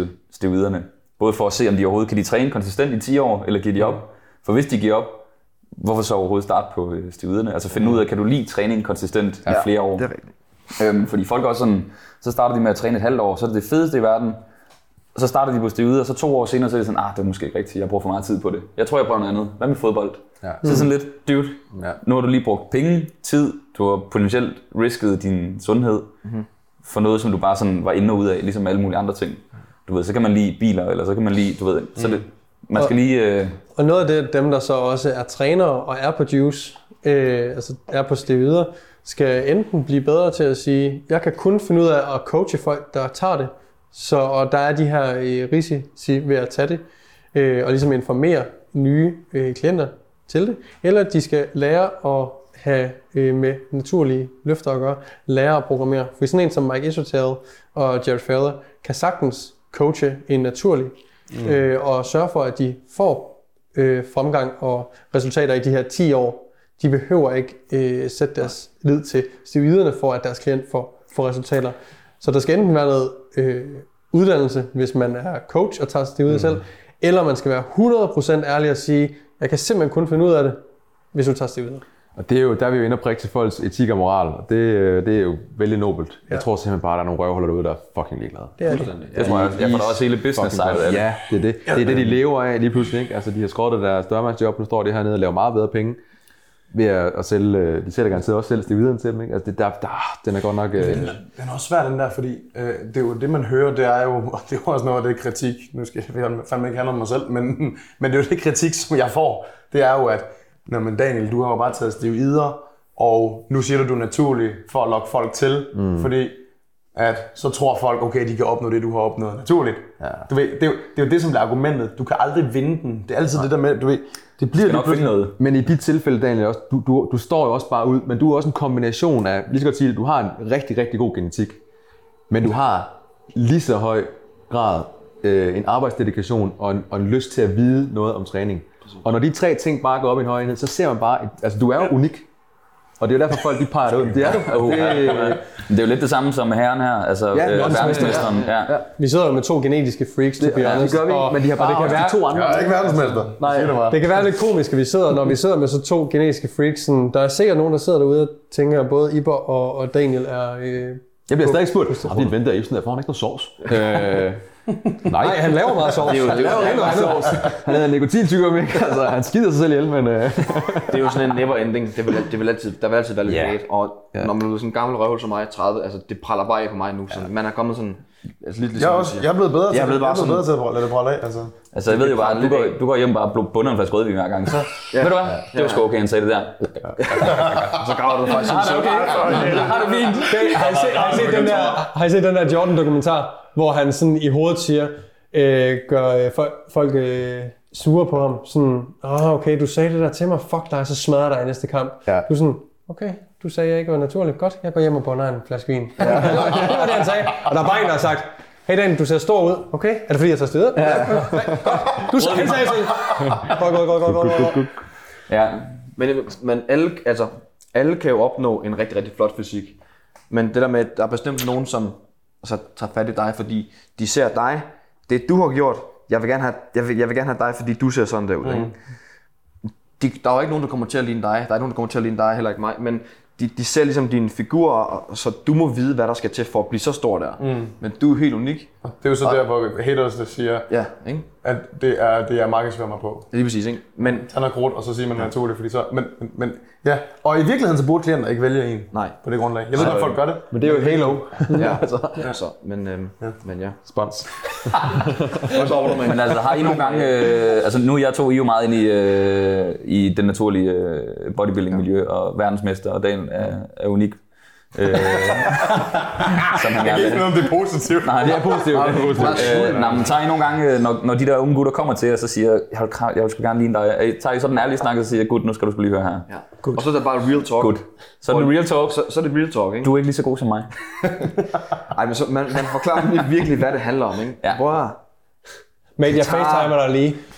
steroiderne. Både for at se, om de overhovedet kan de træne konsistent i ti år, eller giver de op. For hvis de giver op, hvorfor så overhovedet starte på steroiderne? Altså finde ud af, kan du lide træning konsistent ja, i flere år? Det er rigtigt. Øhm, fordi folk også sådan, så starter de med at træne et halvt år, så er det det fedeste i verden. Og så starter de på steroider, og så to år senere, så er det sådan, ah, det er måske ikke rigtigt, jeg bruger for meget tid på det. Jeg tror, jeg prøver noget andet. Hvad med fodbold? Ja. Så er sådan lidt, dude, ja. Nu har du lige brugt penge, tid, du har potentielt risket din sundhed mm-hmm. for noget, som du bare sådan var inde og ud af, ligesom alle mulige andre ting. Du ved, så kan man lide biler, eller så kan man lide, du ved, så det, man skal lige... Øh... Og noget af det, dem der så også er trænere og er på juice, øh, altså er på steroider, skal enten blive bedre til at sige, jeg kan kun finde ud af at coache folk, der tager det, så, og der er de her øh, risici ved at tage det, øh, og ligesom informere nye øh, klienter til det, eller de skal lære at have øh, med naturlige løfter at gøre, lære at programmere. For sådan en som Mike Isotel og Jared Feather kan sagtens coache en naturlig, mm. øh, og sørge for, at de får øh, fremgang og resultater i de her ti år. De behøver ikke øh, sætte deres lid til steroiderne for, at deres klient får, får resultater. Så der skal enten være noget øh, uddannelse, hvis man er coach og tager steroider mm. selv, eller man skal være hundrede procent ærlig og sige, jeg kan simpelthen kun finde ud af det, hvis du tager steroider. Og det er jo, der er vi jo inde og prikke til folks etik og moral, og det, det er jo vældig nobelt. Ja. Jeg tror simpelthen bare, at der er nogle røvholder derude, der er fucking ligeglade. Det er det. Det tror jeg, jeg får da også hele business-side af det. Ja, det er det. Det er det, de lever af lige pludselig, ikke? Altså, de har skrottet deres dørmandsjob, nu står de hernede og laver meget bedre penge ved at sælge, de sælger garanteret også selv steroiderne til dem, ikke? Altså, det, der, der, den er godt nok... Øh... Den er også svær, den der, fordi øh, det er jo det, man hører, det er jo, og det er jo også noget af det kritik, nu skal jeg fandme ikke handle om mig selv, men, men det er jo det kritik, som jeg får, det er jo, at når man Daniel, du har jo bare taget steroider, og nu siger du, du er naturlig for at lokke folk til, mm. fordi at så tror folk, okay, de kan opnå det, du har opnået naturligt. Ja. Du ved, det, er jo, det er jo det, som er argumentet. Du kan aldrig vinde den. Det er altid Nej. det der med, du ved, det bliver nok finde noget. Men i dit tilfælde, Daniel, også, du, du, du står jo også bare ud, men du er også en kombination af, lige så godt sige det, du har en rigtig, rigtig god genetik, men du har lige så høj grad øh, en arbejdsdedikation og en, og en lyst til at vide noget om træning. Og når de tre ting bare går op i en høj enhed, så ser man bare, et, altså du er jo unik. Og det er jo derfor folk de peger det ud. Det er du. Det, det er jo lidt det samme som med herren her, altså ja, øh, verdensmesteren. Ja. Ja. Vi sidder jo med to genetiske freaks, to be honest. Ja, det gør vi, og, men de har bare det kan være, de to andre. Jeg er ikke verdensmester. Nej, det, det kan være lidt komisk, at vi sidder, når vi sidder med så to genetiske freaks. Sådan, der er sikkert nogen, der sidder derude og tænker, at både Iber og, og Daniel er... Øh, jeg bliver stadig spurgt, har vi et ven der Ibsen der, får han ikke noget sovs? øh, Nej, Nej, han laver meget sovs. Det er jo, han det laver meget sovs. Han er en nikotintyggegummi, altså han skider sig selv ihjel, men... Øh. Det er jo sådan en never ending. Det vil, det vil altid, der vil altid være lidt yeah. hate, og yeah. når man er sådan en gammel røvhul som mig, tredive, altså det praller bare af på mig nu, så man er kommet sådan... Altså lidt ligesom jeg, er også, jeg er blevet bedre til, jeg er blevet bare jeg er blevet sådan, bedre til at lade det pralle af, altså. Altså jeg ved jo bare, at du går, du går hjem bare og bunder en flaske rødvin hver gang, så... Ja. Ved du hvad? Det var sgu okay, han sagde det der. Så graver du faktisk sådan, så okay. Har det fint. Har I set den der Jordan-dokumentar, hvor han sådan i hovedet siger, Øh, gør øh, folk, folk øh, sure på ham. Sådan, åh oh, okay, du sagde det der til mig, fuck dig, så smadrer dig i næste kamp. Ja. Du er sådan, okay, du sagde jeg ikke var naturligt. Godt, jeg går hjem og bunder en flaske vin. Ja. det, var, det var det, han sagde. Og der er bare en, der har sagt, hey Dan, du ser stor ud. Okay, er det fordi, jeg tager stedet? Ja. Ja, godt. Du sagde, han sagde sådan. Godt, godt, godt, godt, godt. Ja, men, men alle, altså, alle kan jo opnå en rigtig, rigtig flot fysik. Men det der med, at der er bestemt nogen, som altså, tager fat i dig, fordi de ser dig, det du har gjort, jeg vil gerne have, jeg vil, jeg vil gerne have dig, fordi du ser sådan der ud. Mm. Ikke? De, der er jo ikke nogen, der kommer til at ligne dig. Der er ikke nogen, der kommer til at ligne dig, heller ikke mig. Men de, de ser ligesom dine figurer, så du må vide, hvad der skal til for at blive så stor der. Mm. Men du er helt unik. Det er jo så og, der, hvor haters der siger, ja, ikke? at det er det, jeg markedsfører mig på. Det er lige præcis, ikke? Men han er grund, og så siger man ja. naturligt, fordi så... Men, men, men, ja, og i virkeligheden så burde klienter ikke vælge en. Nej. På det grundlag. Jeg ved godt, folk gør det. Men det er jo et halo. ja, altså. Ja. Så, men, øhm, ja. men ja. Spons. Men altså, har I nogle gange... Øh, altså nu er jeg to I jo meget ind i, øh, i den naturlige øh, bodybuilding-miljø, ja. og verdensmester, og Daniel er, er unik. øh, som han jeg kan ikke noget om det er positivt. Nej, det er positivt. Det er positivt. øh, nej, men tager I nogle gange, når, når de der unge gutter kommer til jer, så siger jeg vil, jeg vil sgu gerne ligne dig. Tager I sådan en ærlig snak og siger, gut, nu skal du sgu lige høre her. Ja. Og så er det bare real talk. Good. Så er det real talk. Så, så er det real talk, ikke? Du er ikke lige så god som mig. Ej, men så, man, man forklarer virkelig, hvad det handler om, ikke? Ja. Wow. Men jeg facetimer dig lige.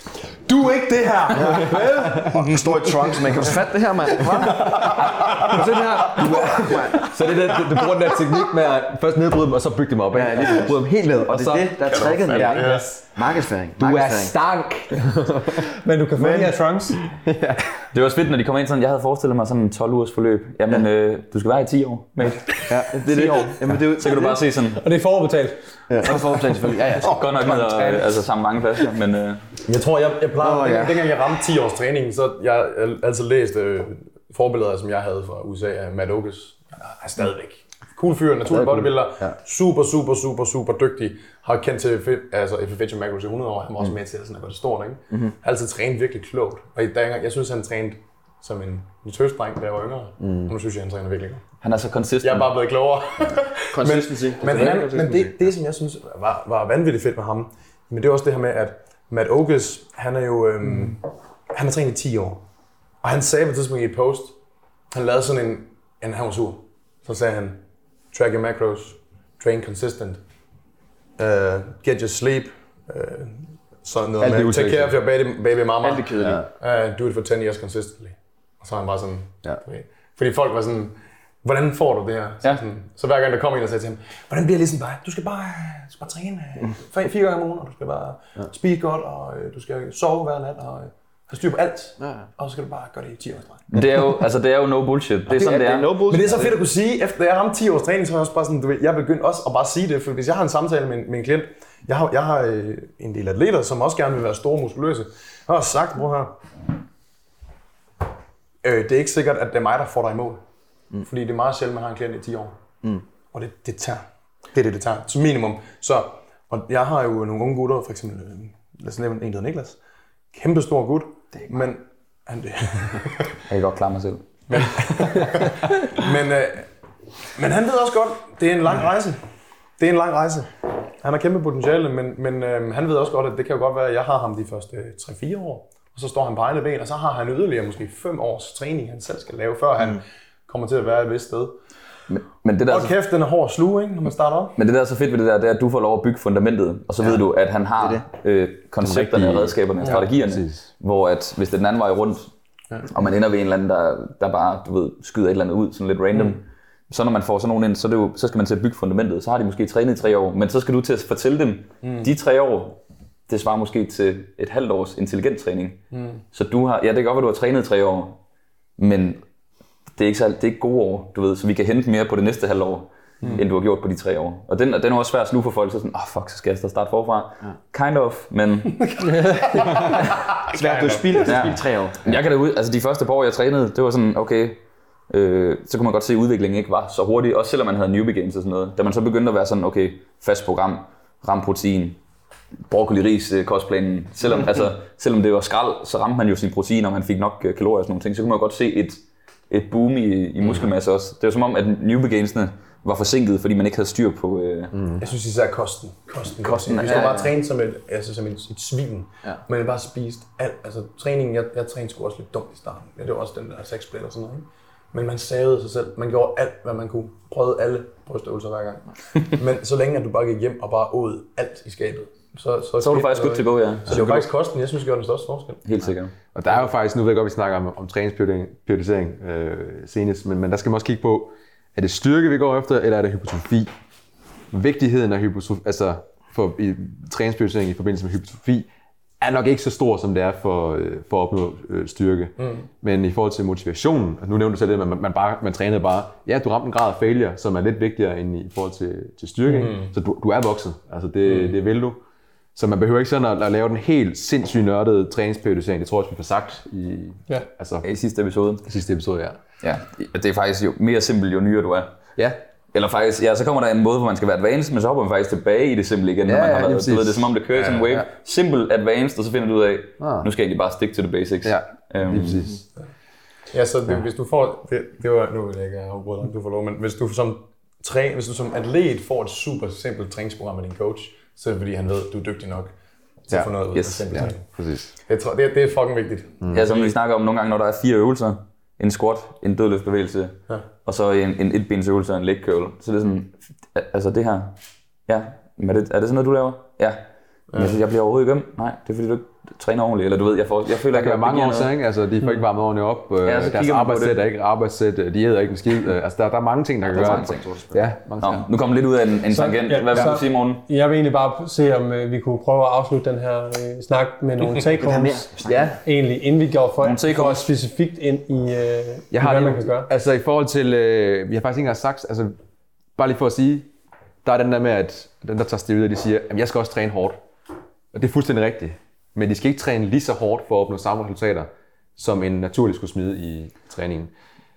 Du er ikke det her! Vel? Og den står i trunks, man kan du fatte det her, mand? Så det her, du er, så det er det, du bruger den der teknik med at først nedbryde dem, og så bygge dem op, ikke? Ja, lige bryde dem helt ned, Og det er det, der er tricket med det, ikke? Markedsføring. Du er Markedsføring. stank! Men du kan få de her trunks. Det var også fedt, når de kom ind sådan, jeg havde forestillet mig sådan en tolv ugers forløb. Jamen, øh, du skal være i ti år, mate. Ja, det er det. Jamen, det er, Så kan du bare se sådan, Og det er forudbetalt. Ja, og forbetalt selvfølgelig. Ja, ja. godt nok ned og øh, altså, samle mange pladser, men øh, Jeg tror, jeg, jeg plejer, Åh, oh, ja. ja. dengang jeg ramte ti års træning, så jeg har altid læst øh, forbilleder, som jeg havde fra U S A af Matt Oakes. Han er stadigvæk cool fyr, naturlig bodybuilder, ja. super, super, super, super dygtig. Har kendt til F- altså F F H og Macros i hundrede år, han var også med til at gøre det stort, ikke? Mm-hmm. Har altid trænet virkelig klogt, og i dag, jeg synes, han trænede som en tøsdreng, da jeg var yngre, mm. og nu synes jeg, han træner virkelig godt. han er så consistent. Jeg er bare blevet klogere. Consistency. Men, han, men det, det, som jeg synes var, var vanvittigt fedt med ham, men det er også det her med, at Matt Oakes, han er jo, øhm, mm. han har trænet i ti år. Og han sagde på et tidspunkt i et post, han lavede sådan en, en han var sur. Så sagde han, track your macros, train consistent, uh, get your sleep, uh, sådan noget Alt det med, take care of your baby, baby mama, Alt det kedelige. uh, do it for ten years consistently. Og så er han bare sådan, Ja. okay. Fordi folk var sådan, hvordan får du det her? Så, Ja. sådan, så hver gang der kom en og sagde til ham, hvordan bliver det ligesom dig? Du skal bare, du skal bare træne øh, fire gange om ugen, og du skal bare ja. spise godt, og øh, du skal sove hver nat, og øh, have styr på alt. Ja. Og så skal du bare gøre det i ti år streg. Men det er jo, altså det er jo no bullshit. Det er sådan, det er. no bullshit. Men det er så fedt at kunne sige, efter jeg ramte ti års træning, så var jeg også bare sådan, du ved, jeg begyndte også at bare sige det, for hvis jeg har en samtale med en, med en klient, jeg har, jeg har øh, en del atleter, som også gerne vil være store muskuløse, jeg har også sagt, bror her, øh, det er ikke sikkert, at det er mig, der får dig i mål. Mm. Fordi det er meget sjældent, man har en klient i ti år. Mm. Og det, det tager. Det er det, det tager. Som minimum. Så, og jeg har jo nogle unge gutter, for eksempel, øh, lad os nævne en, der hedder Niklas. Kæmpe stor gut. Men han det. Jeg kan godt klare mig selv. men, øh, men han ved også godt, det er en lang rejse. Det er en lang rejse. Han har kæmpe potentiale, men, men øh, han ved også godt, at det kan jo godt være, at jeg har ham de første tre fire år. Og så står han på egne ben, og så har han yderligere måske fem års træning, han selv skal lave, før mm. han kommer til at være et vist sted. Men, men det der Og kæft, den er hård at sluge, ikke, når man starter op. Men det der er så fedt ved det der, det er, at du får lov at bygge fundamentet, og så ja. ved du, at han har det det. Øh, koncepterne, rigtige, redskaberne og strategierne, ja, hvor at hvis det er den anden vej rundt, ja. og man ender ved en eller anden, der, der bare, du ved, skyder et eller andet ud, sådan lidt random, mm. så når man får sådan nogen ind, så, er det jo, så skal man til at bygge fundamentet, så har de måske trænet i tre år, men så skal du til at fortælle dem, mm. de tre år, det svarer måske til et halvt års intelligent træning. Mm. Så du har, ja, det kan godt være, du har trænet i tre år, men det er ikke, så, det er ikke gode år, du ved, så vi kan hente mere på det næste halvt år, mm. end du har gjort på de tre år. Og den, den er også svær at sluge for folk, så sådan, åh oh, fuck, så skal jeg starte forfra. Ja. Kind of, men... Svært, du spilder ja. spil tre år. Jeg kan da ud, altså de første par år, jeg trænede, det var sådan, okay, øh, så kunne man godt se, at udviklingen ikke var så hurtig, også selvom man havde newbie games og sådan noget. Da man så begyndte at være sådan, okay, fast program, ram protein, broccoli, ris, kostplanen, selvom, mm. altså, selvom det var skrald, så ramte man jo sin protein, og man fik nok kalorier og sådan nogle ting, så kunne man godt se et et boom i, i muskelmasse også. Det var som om, at newbie-gainsene var forsinket, fordi man ikke havde styr på... Øh... Mm. Jeg synes især kosten. Kosten, kosten vi skal ja, bare træne som et, altså som et, et svin. Ja. Man har bare spist alt. Altså træningen, jeg, jeg trænede sgu også lidt dumt i starten. Ja, det var også den der sexsplit og sådan noget. Ikke? Men man savede sig selv. Man gjorde alt, hvad man kunne. Prøvede alle brystøvelser hver gang. Men så længe at du bare gik hjem og bare åd alt i skabet, så, så, så var du faktisk godt til at gå, ja. Så det var faktisk kosten, jeg synes, gør den største forskel. Helt sikkert. Og der er jo faktisk, nu ved jeg godt, vi snakker om, om træningsperiodisering øh, senest, men, men der skal man også kigge på, er det styrke, vi går efter, eller er det hypertrofi? Vigtigheden af hypertrofi, altså for i, træningsperiodisering i forbindelse med hypertrofi, er nok ikke så stor, som det er for, øh, for at opnå øh, styrke. Mm. Men i forhold til motivationen, nu nævnte du selv det, at man, man, bare, man trænede bare, ja, du ramte en grad af failure, som er lidt vigtigere end i forhold til, til styrke, mm. så du, du er vokset, altså det, mm. det vil du. Så man behøver ikke sådan at, at lave den helt sindssygt nørdede træningsperiodisering. Det tror jeg også, vi får sagt i, ja. altså, i sidste episode. I sidste episode, ja. Ja, det er faktisk jo mere simpelt, jo nyere du er. Ja. Eller faktisk, ja, så kommer der en måde, hvor man skal være advanced, men så hopper man faktisk tilbage i det simple igen, ja, når man har været. Ja, du ved, det er som om det kører i ja, sådan en wave. Ja. Simple, advanced, og så finder du ud af, ah. nu skal jeg egentlig bare stick to the basics. Ja, um, lige præcis. Ja, så det, ja. hvis du får, det, det var, nu vil jeg ikke afbryde dig, du får lov, men hvis du som træ, hvis du som atlet får et super simpelt træningsprogram med din coach, så er det fordi, han ved, at du er dygtig nok til ja. at få noget ud af yes. simpelt træning. Ja, præcis. Det, det, det er fucking vigtigt. Mm. Ja, som vi snakker om nogle gange, når der er fire øvelser, en squat, en dødløftbevægelse, ja. og så en, en etbensøvelse og en leg curl. Så det er sådan, altså det her, ja, er det, er det sådan noget, du laver? Ja. Men jeg, jeg bliver overhovedet ikke øm. Nej, det er fordi, du ikke træner ordentligt. Eller du ved, jeg, får, jeg føler, Der kan jeg være mange giver årsager, ikke? Altså, de får ikke varmet ordentligt op. Ja, Ja, så deres kigger man på arbejdssæt det. er ikke arbejdssæt. De æder ikke en skid. Altså, der, der er mange ting, der kan gøre mange det. ting. Ja, mange Nå, ting. nu kommer vi lidt ud af en, en Så- tangent. ja, Hvad vil så- du sige, Morten? Jeg vil egentlig bare se, om øh, vi kunne prøve at afslutte den her øh, snak med nogle take-homes. Ja, Egentlig, inden vi går for, Nogle take-homes. går specifikt ind i, øh, jeg har hvad man lige, kan gøre. altså i forhold til, øh, vi har faktisk ikke engang sagt, altså bare lige for at sige, der er den der med, at den der tager steroider, de siger, at jeg skal også træne hårdt. Og det er fuldstændig rigtigt. Men de skal ikke træne lige så hårdt for at opnå samme resultater, som en naturlig skulle smide i træningen.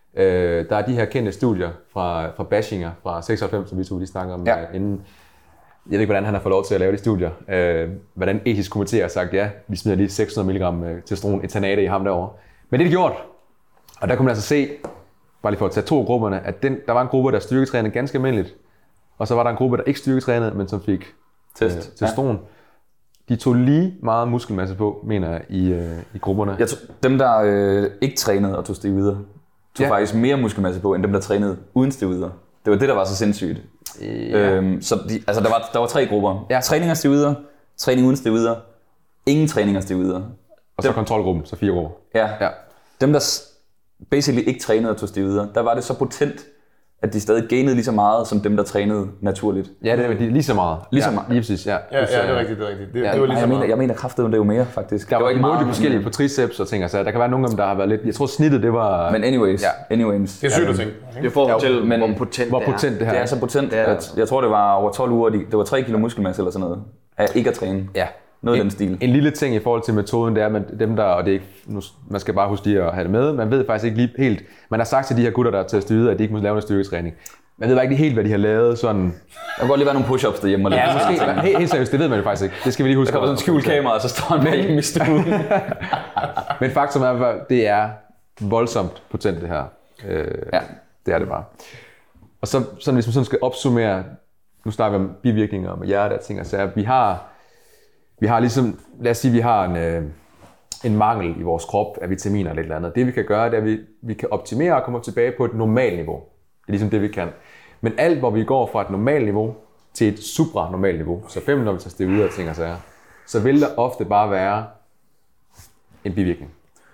Øh, der er de her kendte studier fra, fra Bashinger fra seksoghalvfems, som vi to lige snakker om Ja. øh, inden. Jeg ved ikke, hvordan han har fået lov til at lave de studier. Øh, hvordan etisk komité har sagt, ja, vi smider lige seks hundrede milligram øh, testosteron etanate i ham derovre. Men det er det gjort. Og der kunne man altså se, bare lige for at tage to grupperne, at den, der var en gruppe, der styrketrænede ganske almindeligt. Og så var der en gruppe, der ikke styrketrænede, men som fik Test. øh, testosteron. Ja. De tog lige meget muskelmasse på, mener jeg, i, øh, i grupperne. Jeg tror, dem, der øh, ikke trænede og tog steroider, tog Ja. faktisk mere muskelmasse på, end dem, der trænede uden steroider. Det var det, der var så sindssygt. Ja. Øhm, så de, altså, der, var, der var tre grupper. Ja. Træning af steroider, træning uden steroider, ingen træning af steroider. Og så kontrolgruppen, så fire grupper. Ja. Ja. Dem, der s- basically ikke trænede og tog steroider, der var det så potent, at de stadig gainede lige så meget, som dem, der trænede naturligt. Ja, det er de, lige så meget. Lige så ja, meget. Lige præcis, ja. Ja, ja, det er rigtigt, det er rigtigt. Det, Ja, det var Nej, lige så jeg, mener, meget. jeg mener kraftedeme, det er jo mere, faktisk. Der det var, var de målte meget, forskellige på triceps og ting, altså der kan være nogle af dem, der har været lidt... Jeg tror snittet, det var... Men anyways, Ja. anyways. Det er sygt at tænke. Det er for at fortælle, men- hvor potent hvor det er. potent det her Det er. er så potent, Det er det at altså. jeg tror, det var over tolv uger, de, det var tre kilo muskelmasse eller sådan noget, af ikke at træne. Ja. Noget i en, den stil. En lille ting i forhold til metoden, det er, at dem der, og det er ikke, nu, man skal bare huske lige at have det med, man ved faktisk ikke lige helt, man har sagt til de her gutter, der er til at styre, at de ikke må lave en styrketræning. Man ved bare ikke lige helt, hvad de har lavet, sådan... Der kan godt lige være nogle push-ups derhjemme. Og lidt Ja, forskellige måske, ting. helt, helt seriøst, det ved man jo faktisk ikke. Det skal vi lige huske. Der kommer sådan et skjult kamera, og så står han bag i stuen. Men faktum er, at det er voldsomt potent, det her. Øh, Ja. Det er det bare. Og så, sådan, hvis man sådan skal opsummere, nu snakker vi om bivirkninger, om hjerte og ting og sager, vi har, vi har ligesom, lad os sige, vi har en, øh, en mangel i vores krop af vitaminer eller et eller andet. Det vi kan gøre, det er, at vi, vi kan optimere og komme tilbage på et normalt niveau. Det er ligesom det, vi kan. Men alt, hvor vi går fra et normalt niveau til et supranormalt niveau, så fem når vi tager steroider og ting og sager, så vil der ofte bare være en bivirkning.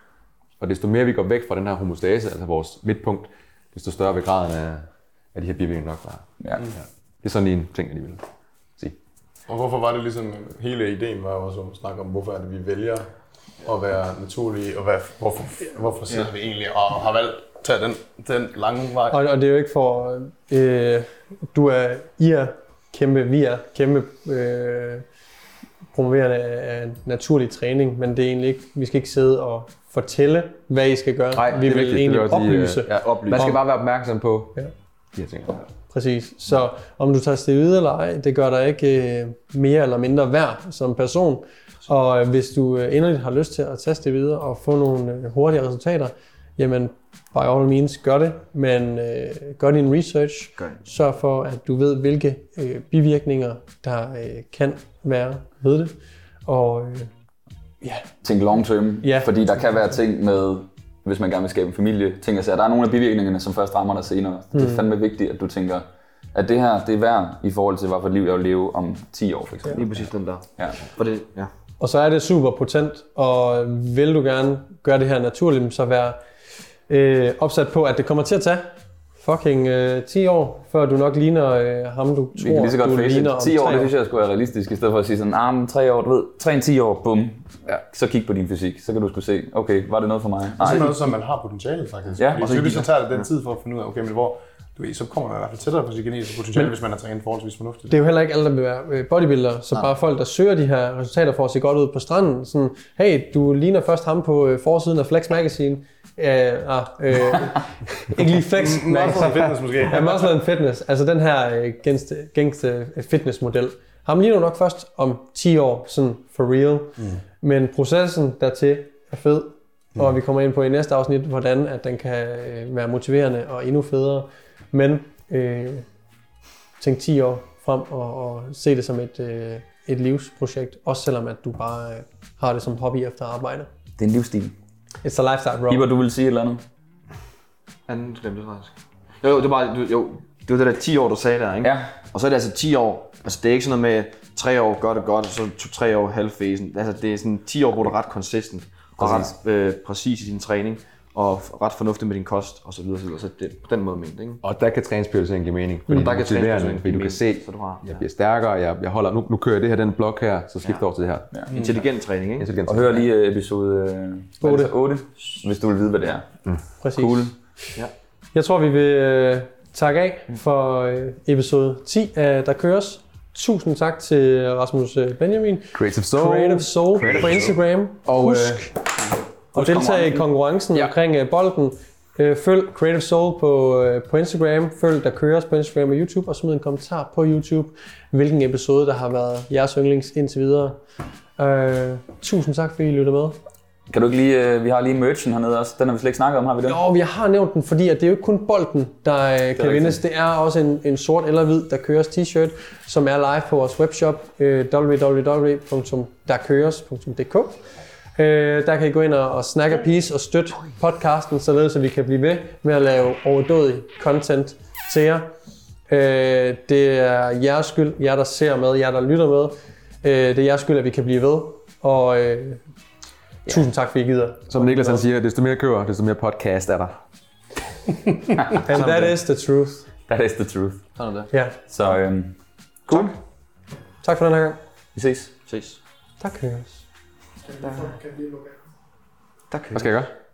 Og desto mere vi går væk fra den her homostase, altså vores midtpunkt, desto større vil graden af, af de her bivirkninger nok være. Ja. Det er sådan en ting, jeg lige vil sige. Og hvorfor var det ligesom, hele ideen var også at snakke om, hvorfor er det, vi vælger at være naturlige, og hvad, hvorfor, hvorfor sidder vi egentlig og har valgt at tage den, den lange vej. Og, og det er jo ikke for, øh, du er, I er kæmpe, vi er kæmpe øh, promoverende af naturlig træning, men det er egentlig ikke, vi skal ikke sidde og fortælle, hvad I skal gøre. Nej, vi det er vil vigtigt. egentlig Det vil jeg oplyse. sige, Ja, oplyse. Man skal bare være opmærksom på Ja. de her ting. Præcis. Så om du tager steroider eller ej, det gør dig ikke øh, mere eller mindre værd som person. Og øh, hvis du øh, inderligt har lyst til at tage steroider og få nogle øh, hurtige resultater, jamen by all means gør det, men øh, gør din research. Gør det. Sørg for, at du ved, hvilke øh, bivirkninger der øh, kan være ved det. Og øh, ja, Tænk long term, Ja. fordi der kan være ting med, hvis man gerne vil skabe en familie, ting at sige, der er nogle af bivirkningerne, som først rammer dig senere. Det er fandme vigtigt, at du tænker, at det her, det er værd i forhold til, hvad for et liv jeg vil leve om ti år, for eksempel. Lige præcis den der. Ja. For det, ja. og så er det super potent, og vil du gerne gøre det her naturligt, så vær øh, opsat på, at det kommer til at tage fucking øh, ti år, før du nok ligner øh, ham, du Vi kan tror, lige så godt du face ligner it. om ti år, tre det synes jeg skulle være realistisk, i stedet for at sige sådan, ah, men tre år, du ved, træn ti år, bum. Ja. Så kig på din fysik, så kan du sgu se, okay, var det noget for mig? Det er sådan noget, som man har potentiale faktisk. Ja, Fordi og så- typisk så tager det den tid for at finde ud af, okay, men hvor, du ved, så kommer man i hvert fald tættere på sit genetiske potentiale, hvis man har trænet forholdsvis fornuftigt. Det er jo heller ikke alle, der vil være øh, bodybuildere, så bare folk, der søger de her resultater for at se godt ud på stranden. Sådan, hey, du ligner først ham på øh, forsiden af Flex Magazine. Øh, ah, øh, ikke lige Flex Muscle Magazine. and Fitness måske. Ja, Muscle and Fitness. Altså den her øh, gængste, gængste fitnessmodel. Ham ligner du nok først om ti år, sådan for real. Mm. Men processen dertil er fed. Mm. Og vi kommer ind på i næste afsnit, hvordan at den kan øh, være motiverende og endnu federe. Men øh, tænk ti år frem og, og se det som et, øh, et livsprojekt. Også selvom at du bare øh, har det som hobby efter arbejde. Det er en livsstil. It's a lifestyle, bro. Iber, du vil sige et eller andet? Anden glemte det faktisk. Jo, jo, det var bare, du- jo, det var det der ti år, du sagde der, ikke? Ja. Og så er det altså ti år. Altså det er ikke sådan noget med, tre år gør det godt, og så to-tre år halvfæsen. Altså det er sådan ti år, hvor du er ret consistent og ret øh, præcis i din træning. Og ret fornuftig med din kost og så videre, så, videre. Så det på den måde ment, ikke? Og der kan træningsperiodisering give mening, fordi Mm, der det er kan motiverende, træningsperiodisering fordi du give kan se, mening, så du har- jeg bliver stærkere, jeg, jeg holder, nu, nu kører jeg det her, den blok her, så skifter jeg over til det her. Ja. Intelligent træning, ikke? Intelligent. Og hør lige øh, episode øh, otte. otte, hvis du vil vide, hvad det er. Præcis. Cool. Jeg tror, vi vil øh, takke af for øh, episode ti af Der Køres. Tusind tak til Rasmus øh, Benjamin. Creative Soul. Creative Soul på Instagram. Og, Husk at deltage i konkurrencen ja. omkring øh, bolden. Øh, følg Creative Soul på, øh, på Instagram. Følg Der Køres på Instagram og YouTube. Og smid en kommentar på YouTube, hvilken episode, der har været jeres yndlings indtil videre. Øh, tusind tak, fordi I lyttede med. Kan du ikke lige, øh, vi har lige merchen hernede også. Den har vi slet ikke snakket om, har vi det? Jo, vi har nævnt den, fordi at det er jo ikke kun bolden, der øh, kan rigtigt. vindes. Det er også en, en sort eller hvid Der Køres t-shirt, som er live på vores webshop øh, w w w punktum der køres punktum d k. Øh, der kan I gå ind og, og snakke peace og støtte podcasten, således at vi kan blive ved med at lave overdådig content til jer. Øh, det er jeres skyld, jer der ser med, jer der lytter med. Øh, det er jeres skyld, at vi kan blive ved. Og øh, tusind tak, fordi I gider. Som Niklas han siger, desto mere kører, desto mere podcast er der. And that is the truth. That is the truth. Sådan er det. Ja. Så øhm, cool. Tak for den her gang. Vi ses. Ses. Der køres. Der Hvad skal jeg gøre?